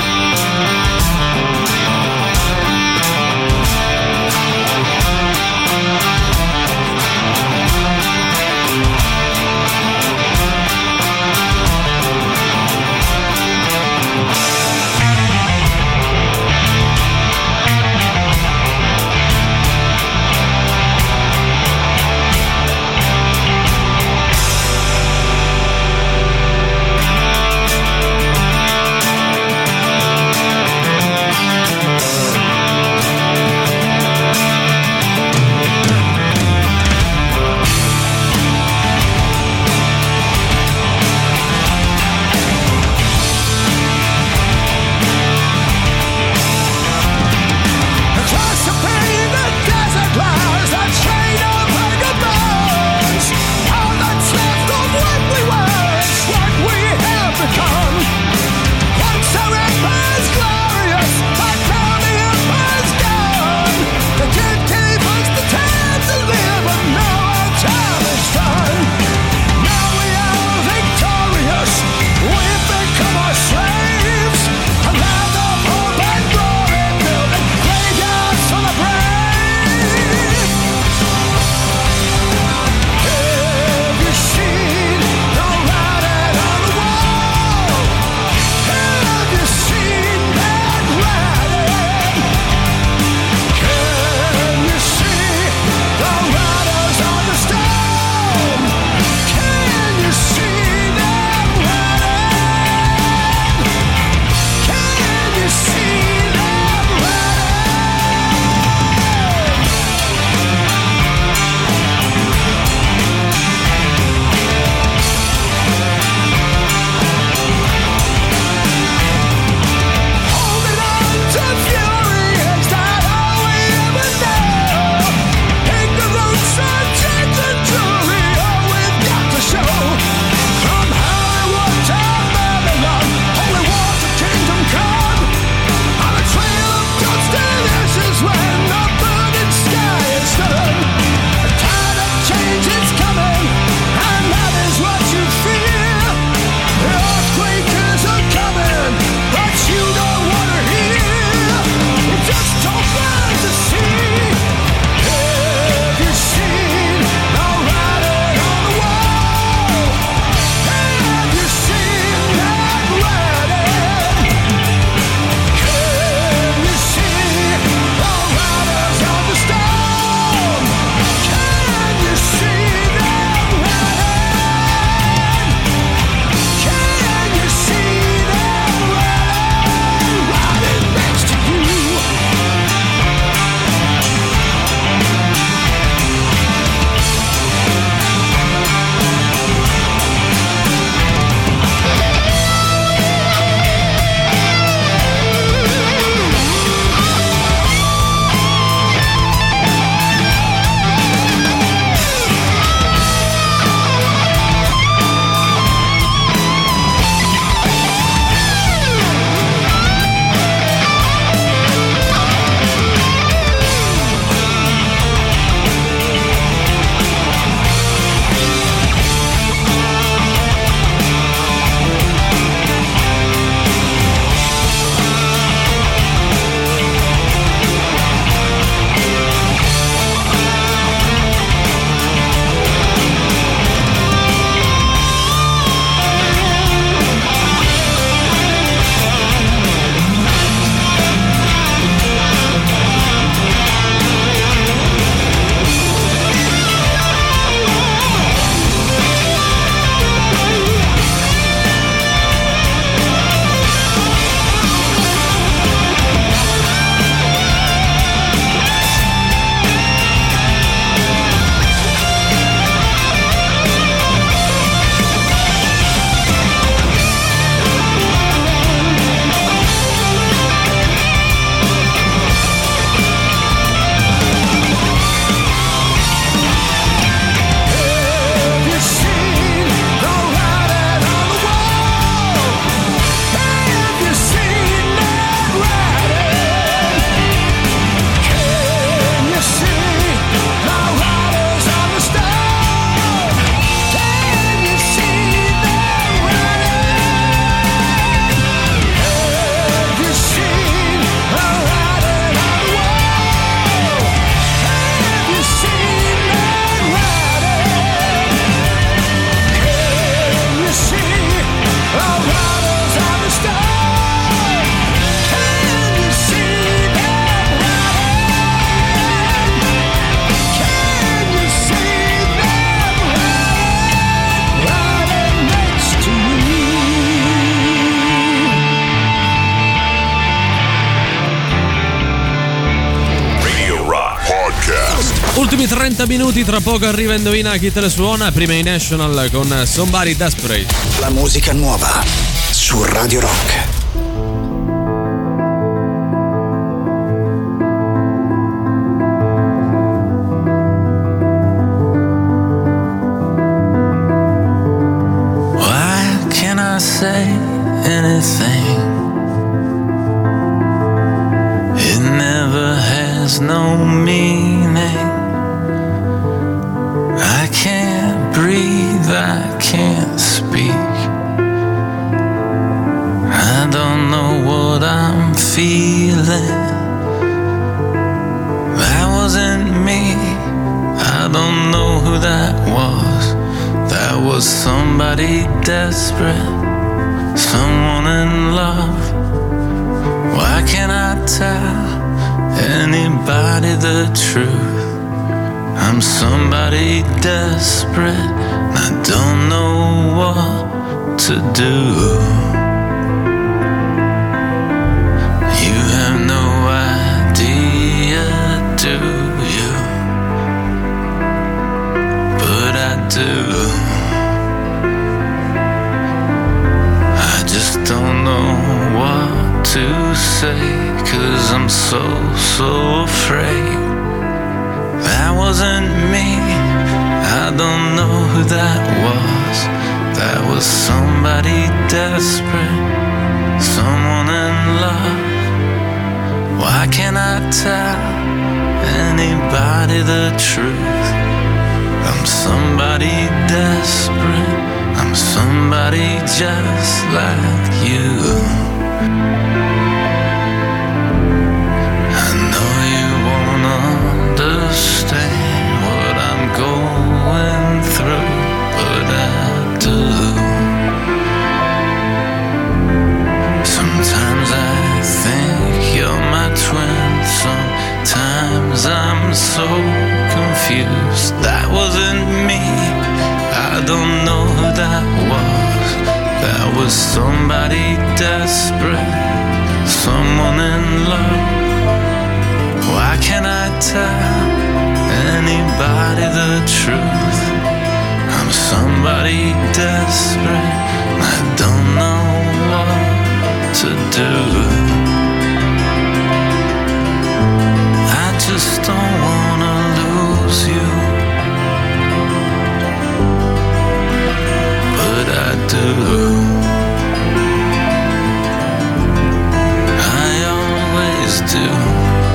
Ultimi trenta minuti, tra poco arriva Indovina chi te le suona. Prima i National con Somebody Desperate. La musica nuova su Radio Rock. Why can't I say anything? It never has no meaning. I can't breathe, I can't speak. I don't know what I'm feeling. That wasn't me. I don't know who that was. That was somebody desperate, someone in love. Why can't I tell anybody the truth? I'm somebody desperate, and I don't know what to do. You have no idea, do you? But I do. I just don't know what to say, 'cause I'm so, so afraid. That wasn't me, I don't know who that was. That was somebody desperate, someone in love. Why can't I tell anybody the truth? I'm somebody desperate, I'm somebody just like you. Understand what I'm going through, but I do. Sometimes I think you're my twin, sometimes I'm so confused. That wasn't me, I don't know who that was. That was somebody desperate, someone in love. Why can't I tell anybody the truth? I'm somebody desperate, I don't know what to do. I just don't wanna lose you, but I do. I always do.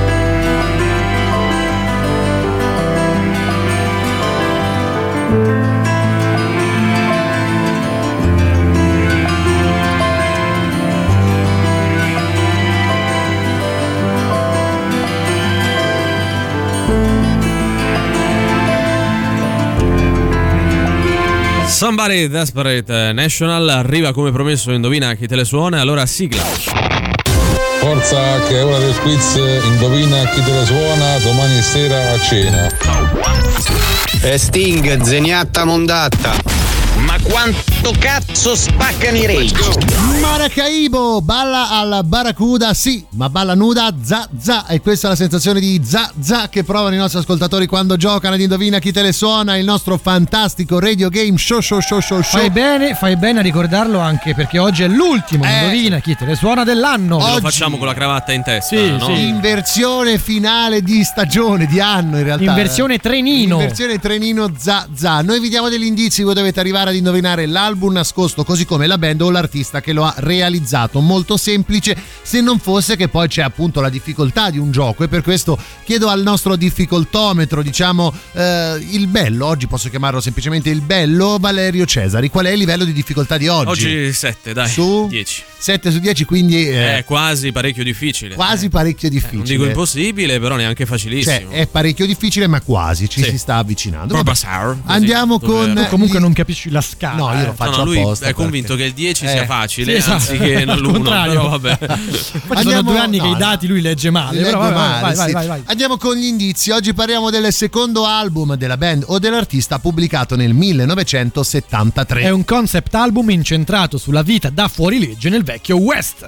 Somebody Desperate National arriva come promesso. Indovina chi te le suona, allora sigla. Forza che è ora del quiz, indovina chi te le suona domani sera a cena. E Sting, zeniatta mondatta. Ma quanto cazzo spaccano i rage? Maracaibo balla alla Barracuda, sì, ma balla nuda, za za, e questa è la sensazione di za za che provano i nostri ascoltatori quando giocano ad Indovina chi te le suona, il nostro fantastico radio game show show show show show. Fai bene, fai bene a ricordarlo, anche perché oggi è l'ultimo eh. Indovina chi te le suona dell'anno. Oggi Oggi lo facciamo con la cravatta in testa, sì, no? sì. In versione finale di stagione, di anno in realtà. In versione trenino. In versione trenino za za. Noi vi diamo degli indizi, voi dovete arrivare ad indovinare l'album nascosto, così come la band o l'artista che lo ha realizzato. Molto semplice, se non fosse che poi c'è appunto la difficoltà di un gioco, e per questo chiedo al nostro difficoltometro, diciamo eh, il bello, oggi posso chiamarlo semplicemente il bello, Valerio Cesari, qual è il livello di difficoltà di oggi? Oggi sette, dai, su dieci. sette su dieci, quindi eh, è quasi parecchio difficile. Quasi eh. parecchio difficile. Eh, non dico impossibile, però neanche facilissimo. Cioè, è parecchio difficile, ma quasi ci sì. si sta avvicinando. Vabbè, Bassar, andiamo con tu comunque non capisci la scala. No, io lo faccio no, no, lui apposta. È convinto perché... che il dieci eh. sia facile, sì, esatto. anziché non l'uno. Però vabbè. Poi sono due anni no, che no. i dati lui legge male. Legge però vai, male vai, sì. vai, vai, vai. Andiamo con gli indizi. Oggi parliamo del secondo album della band o dell'artista pubblicato nel millenovecentosettantatré. È un concept album incentrato sulla vita da fuorilegge nel vecchio West.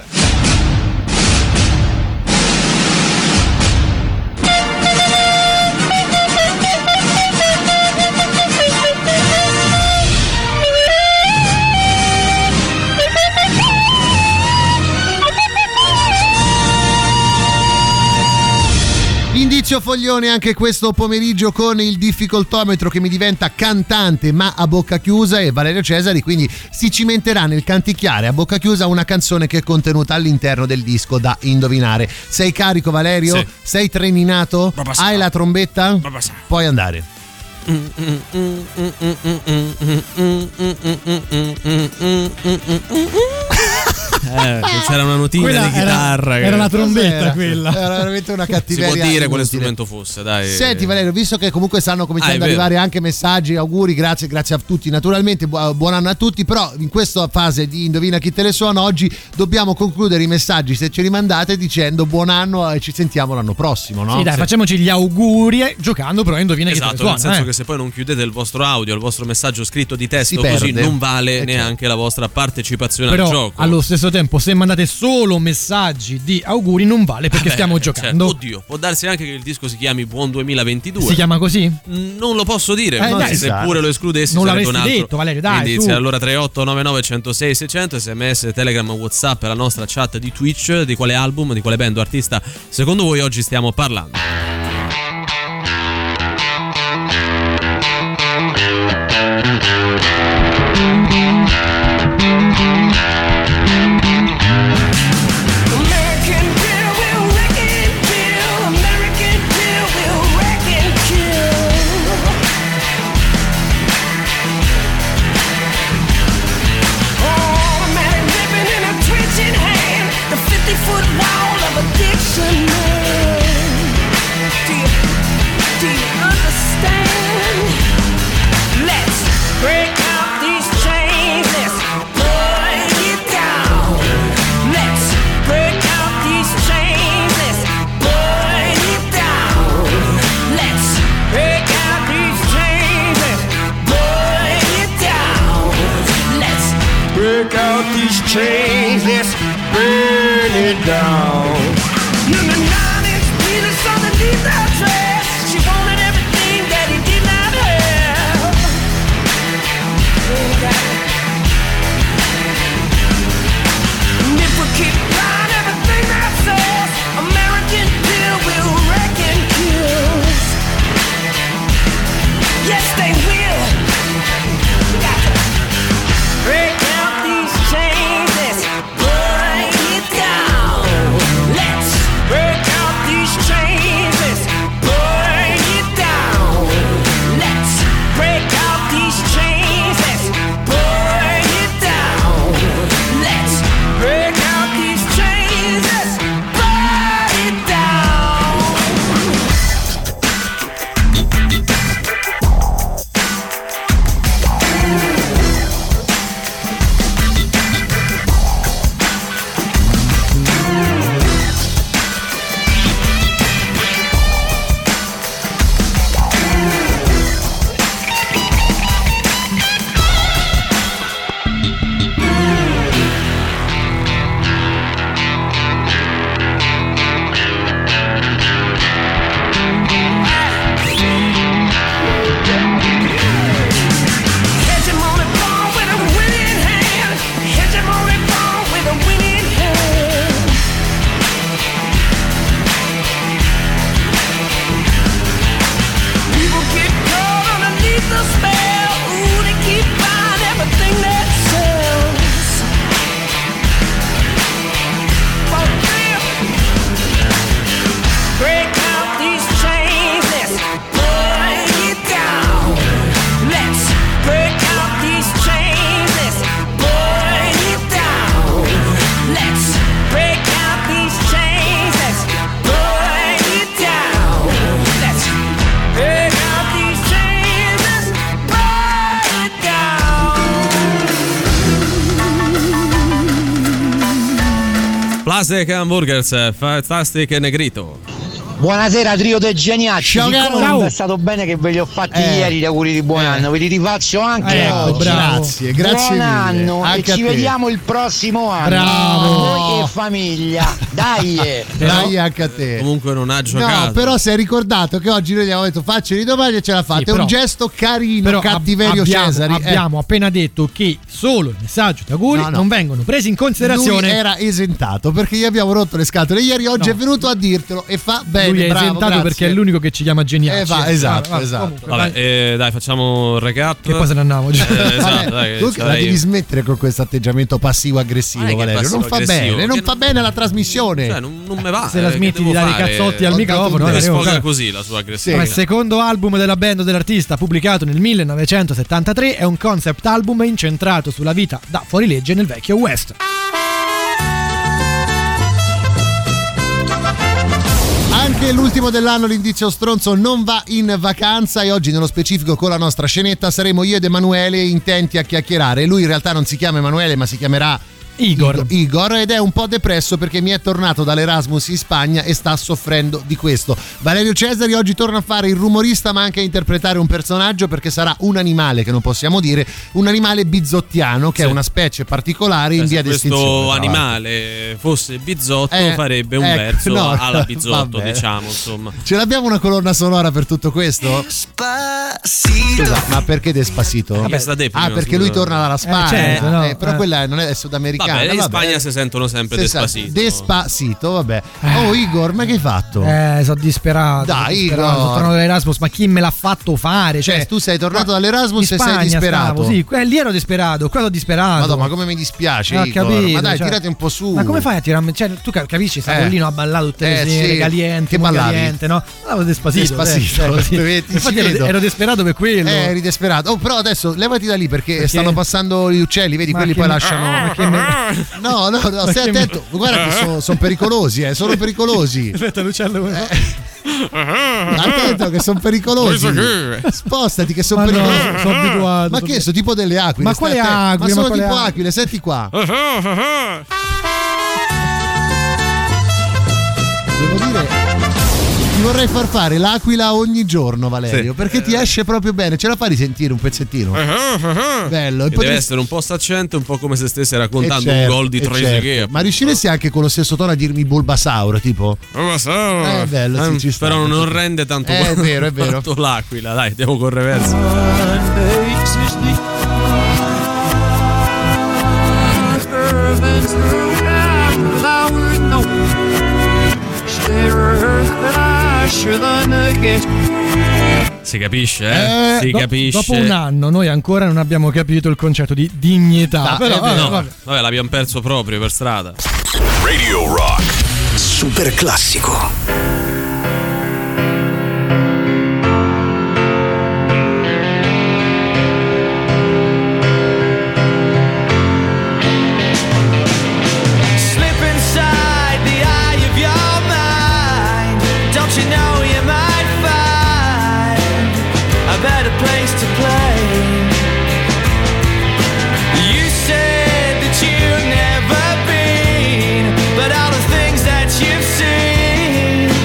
Fabrizio Foglione anche questo pomeriggio con il difficoltometro che mi diventa cantante ma a bocca chiusa, e Valerio Cesari quindi si cimenterà nel canticchiare a bocca chiusa una canzone che è contenuta all'interno del disco da indovinare. Sei carico, Valerio? Sì. Sei treminato? Hai la trombetta? Puoi andare. Eh, c'era una notina Quella di chitarra. era, era la trombetta Era, quella. era veramente una Si cattiveria può dire inutile. quale strumento fosse, dai. Senti Valerio, visto che comunque stanno cominciando Ah, è ad vero. arrivare anche messaggi, auguri, grazie, grazie a tutti naturalmente, bu- buon anno a tutti, però in questa fase di Indovina chi te le suona oggi dobbiamo concludere i messaggi, se ce li mandate, dicendo buon anno e ci sentiamo l'anno prossimo, no? Sì, dai, Sì. facciato gli auguri eh, giocando, però Indovina chi te le Esatto, suona. nel senso eh. che se poi non chiudete il vostro audio, il vostro messaggio scritto di testo, Si così perde. non vale Eh, neanche la vostra partecipazione Però al gioco. allo stesso tempo, se mandate solo messaggi di auguri, non vale perché Vabbè, stiamo cioè, giocando. oddio, può darsi anche che il disco si chiami Buon duemilaventidue. Si chiama così? Mm, Non lo posso dire, Eh, no, dai, seppure lo escludessi non sarebbe l'avresti un altro detto, Valerio, dai, indizio. su. Allora tre otto nove nove uno zero sei sei zero zero, sms, telegram, whatsapp e la nostra chat di Twitch. Di quale album, di quale band o artista secondo voi oggi stiamo parlando? American Pill will wreck and kill. American Pill will wreck and kill. Automatic ripping in a twitching hand. The fifty-foot wall of addiction. Do you, do you understand? Let's break out these chains. Let's break it down. Let's break out these chains. Let's break it down. Let's break out these chains. Let's break it down. Let's break out these chains. Let's burn it down. Number nine inch penis underneath her dress. She wanted everything that he did not have. And if we keep buying everything that sells, American Pill will wreck and kill. Yes, they will. We got to break out these chains. Let's break it down. Let's break out these chains. Let's break it down. Let's break out these chains. Let's break it down. Let's break out these chains. Let's break it down. Hegemonic ball with a winning hand. Hegemonic ball with a winning hand. People get caught underneath the spell. Ooh, they keep buying everything that sells. For real. Break out these chains. Let's break it down. Let's break out these chains. Let's break it down. Let's break out these chains. Let's break it down. Let's break out these chains. Let's break it down. Plastic Hamburgers, Fantastic Negrito. Buonasera trio dei geniacci. Ciao, Siccome caro. non è stato bene che ve li ho fatti Eh. ieri gli auguri di buon Eh. anno, ve li rifaccio anche Ecco, oggi. bravo. Grazie, grazie buon mille. anno Anche e a ci te. vediamo il prossimo anno. Bravo. Noi e famiglia. Dai. Dai anche a te. Comunque non ha giocato. No, però si è ricordato che oggi noi gli abbiamo detto facceli domani e ce l'ha fatta. Sì, È un però- gesto carino, Però cattiverio abbiamo, Cesari. eh. abbiamo appena detto che solo il messaggio di auguri No, no. non vengono presi in considerazione. Lui era esentato perché gli abbiamo rotto le scatole ieri, oggi No. è venuto a dirtelo e fa bene. lui è bravo, esentato grazie. perché è l'unico che ci chiama geniacci. Eh, va, esatto, Ah, esatto. comunque, Vabbè, vai. eh, dai, facciamo un recap. Che poi se ne andiamo. Eh, esatto, dai, che Comunque la sarei- devi smettere con questo atteggiamento passivo-aggressivo, Ma non è che Valerio. Non fa passivo-aggressivo, bene, non che- fa bene alla trasmissione. Cioè, non, non me va. Se la eh, smetti che di devo dare i fare? cazzotti al Ho microfono, dato un Eh, Valerio, sfoga cioè- così la sua aggressività. Ma il secondo album della band o dell'artista, pubblicato nel millenovecentosettantatré, è un concept album incentrato sulla vita da fuorilegge nel vecchio West. Anche l'ultimo dell'anno, l'indizio stronzo non va in vacanza, e oggi nello specifico con la nostra scenetta saremo io ed Emanuele intenti a chiacchierare. Lui in realtà non si chiama Emanuele ma si chiamerà Igor. Igor, ed è un po' depresso perché mi è tornato dall'Erasmus in Spagna e sta soffrendo di questo. Valerio Cesari oggi torna a fare il rumorista ma anche a interpretare un personaggio, perché sarà un animale che non possiamo dire, un animale bizottiano che Sì. è una specie particolare in Cioè, via se d'estinzione. questo tra l'altro. animale fosse bizzotto Eh, farebbe un ecco, verso no, alla bizzotto, vabbè. diciamo, insomma. Ce l'abbiamo una colonna sonora per tutto questo? Scusa, ma perché Despacito? Vabbè, sta te prima, ah, perché scusa. lui torna dalla Spagna. certo, no, Eh, però eh. quella non è, è sudamericana. Vabbè, in vabbè. Spagna si sentono sempre Se sa- Despacito. Despacito, vabbè. Oh Igor, ma che hai fatto? Eh, sono disperato. Dai, sono disperato. Igor. Sono tornato dall'Erasmus, ma chi me l'ha fatto fare? Cioè, Cioè, tu sei tornato dall'Erasmus in e sei Spagna disperato. stavo, sì, que- lì ero disperato, qua sono disperato. Madonna, ma come mi dispiace, Ho Igor. capito, ma dai, cioè- tirati un po' su. Ma come fai a tirarmi? Cioè, tu ca- capisci, stavo Eh. lì no, a ballare tutte le Eh, sere, sì. caliente, Che mo ballavi? caliente, no? Ballavo Despacito. Despacito, eh, cioè, così. ti- ti Infatti ci ero, vedo. ero disperato per quello. Eh, eri disperato. Oh, però adesso levati da lì perché, Perché? stanno passando gli uccelli, vedi, Ma quelli che poi me- lasciano. Ma che me- No, no, no, Ma stai che me- attento. Guarda che sono son pericolosi, eh, sono pericolosi. Aspetta, l'uccello come fa? Attento che sono pericolosi. Questo che? Spostati che sono Ma no, pericolosi. sono abituato. Ma che sono tipo delle aquile? Ma stai quale attento. aquile? Ma Ma sono quale tipo aquile? aquile, senti qua. Devo dire, ti vorrei far fare l'aquila ogni giorno, Valerio, Sì. perché ti esce proprio bene. Ce la fai risentire un pezzettino? Bello. E Che potresti- deve essere un po' saccente, un po' come se stesse raccontando Eh, certo, un gol di eh, Trezeguet. certo. Ma riusciresti anche con lo stesso tono a dirmi Bulbasaur, tipo? Eh, Eh, bello, sì, ci sta. però non rende tanto Eh, è vero, è vero. quanto l'aquila. Dai, andiamo con reverso. Si capisce, eh? Eh, si do- capisce. Dopo un anno noi ancora non abbiamo capito il concetto di dignità. Ah, però, è vabbè, vero. vabbè. Vabbè, l'abbiamo perso proprio per strada. Radio Rock. Super classico. Slip inside the eye of your mind. Don't you know you might find a better place to play? You said that you've never been, but all the things that you've seen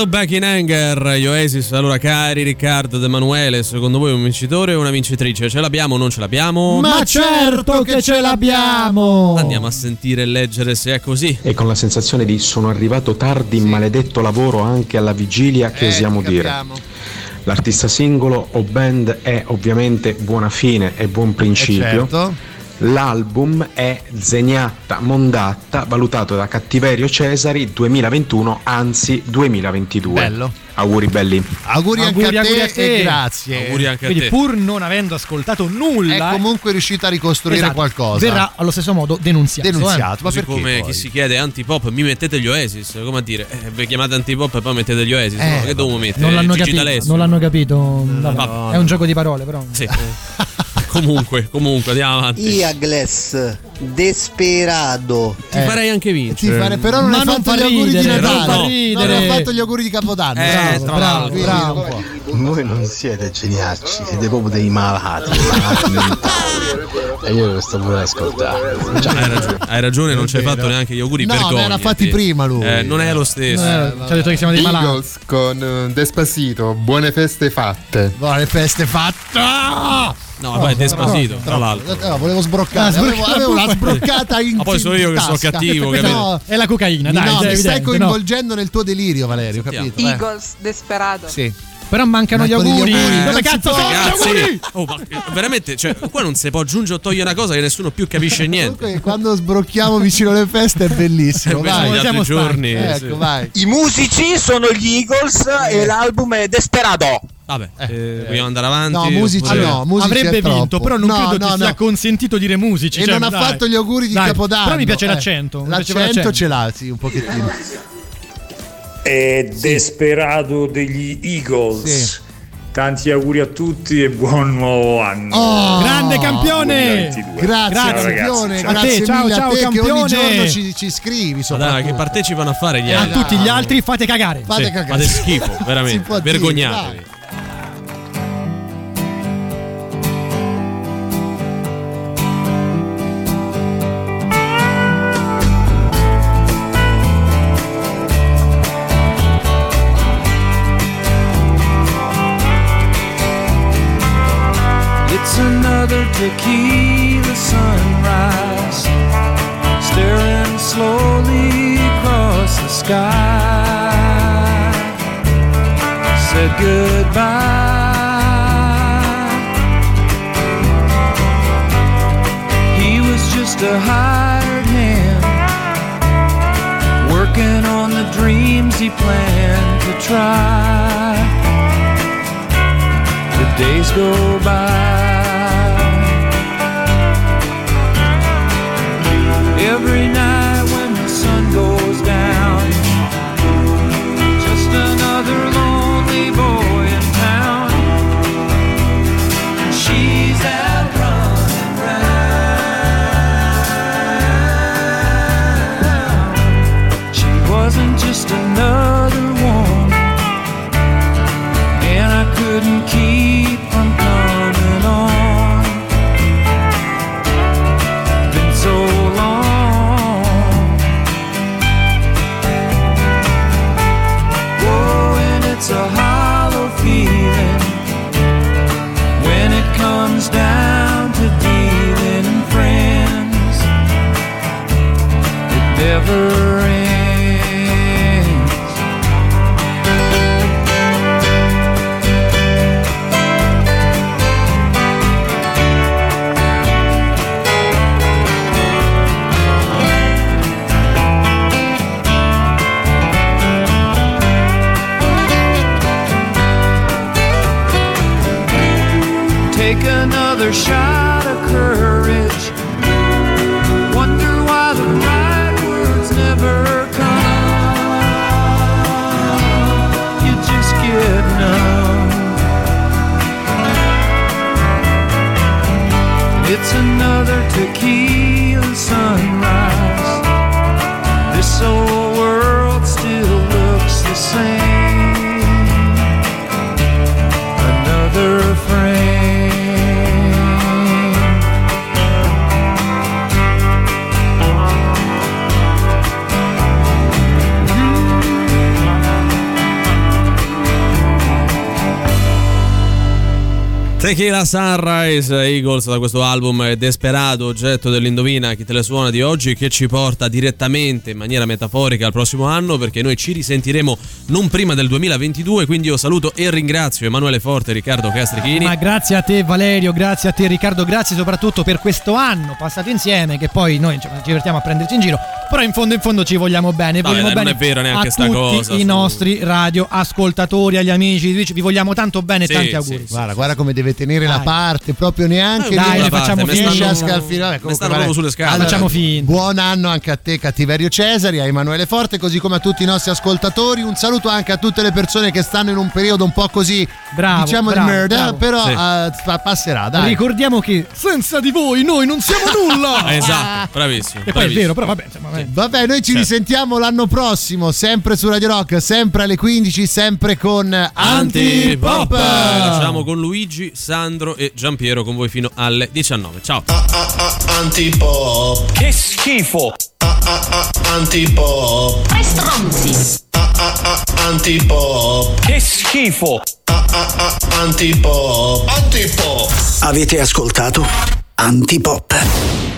Hello Back in Anger, gli Oasis. Allora, cari Riccardo ed Emanuele, secondo voi un vincitore o una vincitrice? Ce l'abbiamo o non ce l'abbiamo? Ma certo che ce l'abbiamo! Andiamo a sentire e leggere se è così. E con la sensazione di sono arrivato tardi, sì. Maledetto lavoro anche alla vigilia, che Eh, osiamo dire. capiamo. L'artista singolo o band è ovviamente Buona Fine e Buon Principio. Eh, certo. L'album è Zeniatta Mondatta, valutato da Cattiverio Cesari duemilaventuno, anzi duemilaventidue. Bello. Auguri belli. Auguri, Auguri, anche, a auguri te a te. e grazie. Auguri anche Quindi a te. pur non avendo ascoltato nulla, È comunque riuscita a ricostruire esatto, qualcosa. verrà allo stesso modo denunziato. Denunziato. eh. Ma Così perché come poi? chi si chiede antipop, mi mettete gli Oasis, come a dire, eh, vi chiamate antipop e poi mettete gli Oasis, Eh, no? Che devo mettere? Non l'hanno Gigi capito, D'Alessio? non l'hanno capito. Vabbè, no, è un gioco di parole, però. Sì. comunque, comunque, andiamo avanti. Iagles, Desperado. Ti farei anche vincere. Ti fare, però non Ma hai non fatto fa gli auguri di ridere, Natale. non fa Non ridere. hai fatto gli auguri di Capodanno. Eh, bravo, tra bravo, l'altro. quindi bravo. non può. Voi non siete geniacci, siete proprio dei malati, malati mentali. E io lo sto pure ad ascoltare. Hai ragione, hai ragione, non ci hai fatto neanche gli auguri. No, vergognati. ne era fatti prima lui. Eh, non è lo stesso. Eh, ci ha detto che siamo dei malati. Eagles con eh, Despacito, buone feste fatte. Buone feste fatte. Ah! No, vai, Despacito, tra l'altro. Eh, volevo sbroccare, Ah, avevo, sbroccare avevo una pure. sbroccata in Ma poi sono io che sono tasca. cattivo, No, capito? È la cocaina, dai, no, è mi evidente, stai no? coinvolgendo nel tuo delirio, Valerio, Sentiamo. capito? Eh. Eagles, Desperado. Sì. Però mancano gli Manco degli auguri. auguri, Dove non cazzo si può. sono gli Ragazzi, auguri? oh, ma veramente, cioè, qua non si può aggiungere o togliere una cosa che nessuno più capisce niente. Comunque, quando sbrocchiamo vicino alle feste è bellissimo. Invece Vai. negli altri siamo giorni. Ecco, sì. vai. I musici sono gli Eagles e l'album è Desperado. Vabbè, eh, vogliamo andare avanti? No, musici oppure- no, musici Avrebbe è troppo. vinto, però non No, credo no, ti no. sia consentito dire musici. E cioè, non ha dai. fatto gli auguri di Dai, Capodanno. Però mi piace eh. l'accento. mi piaceva L'accento ce l'ha, sì, un pochettino. È Desperado degli Eagles. Sì. Tanti auguri a tutti e buon nuovo anno. Oh, Grande campione! duemilaventidue. Grazie, Ciao, campione. ragazzi, ciao. Grazie A te, ciao, mille ciao, a te che ogni campione. giorno ci, ci scrivi. Ma dai, soprattutto. che partecipano a fare gli A altri? tutti gli altri fate cagare. Fate Sì, cagare. fate schifo, Si veramente. può dire, Vergognatevi. vai. It's another tequila sunrise, staring slowly across the sky. Said goodbye. He was just a hired hand, working on the dreams he planned to try. The days go by. Every night when the sun goes down, just another lonely boy in town. She's out running round. She wasn't just another one, and I couldn't keep from coming on. Been so long. Oh, and it's a hollow feeling when it comes down to dealing in friends. It never ends. Take another shot of courage. Wonder why the right words never come. You just get numb. It's another tequila sunrise. This old world still looks the same. Another frame. Tequila Sunrise, Eagles, da questo album Desperado, oggetto dell'Indovina Chi te le suona di oggi, che ci porta direttamente in maniera metaforica al prossimo anno, perché noi ci risentiremo non prima del duemilaventidue. Quindi io saluto e ringrazio Emanuele Forte e Riccardo Castrichini. Ma grazie a te Valerio, grazie a te Riccardo, grazie soprattutto per questo anno passato insieme, che poi noi ci divertiamo a prenderci in giro, però in fondo in fondo ci vogliamo bene. Vabbè, vogliamo non bene è vero neanche a sta tutti cosa, i su... nostri radio ascoltatori, agli amici di Twitch, vi vogliamo tanto bene e Sì, tanti sì, auguri. sì, Guarda, guarda come deve tenere Dai. la parte, proprio neanche Dai, lì le facciamo riesce finta. a scalfire. Mi stanno proprio sulle scale. Allora, Facciamo finta. buon anno anche a te Cattiverio Cesari, a Emanuele Forte, così come a tutti i nostri ascoltatori. Un saluto anche a tutte le persone che stanno in un periodo un po' così, Bravo, diciamo bravo, di merda, bravo. però Sì. eh, passerà, dai. Ricordiamo che senza di voi noi non siamo nulla. Esatto, bravissimo. E poi è bravissimo. vero, però vabbè, insomma, vabbè. Vabbè, noi ci Certo. risentiamo l'anno prossimo, sempre su Radio Rock, sempre alle quindici, sempre con Antipop. Antipop. Lasciamo con Luigi, Sandro e Giampiero con voi fino alle diciannove. Ciao. Antipop. Che schifo! Antipop. Tre stronzi! Antipop. Che schifo! Antipop. Antipop. Avete ascoltato Antipop.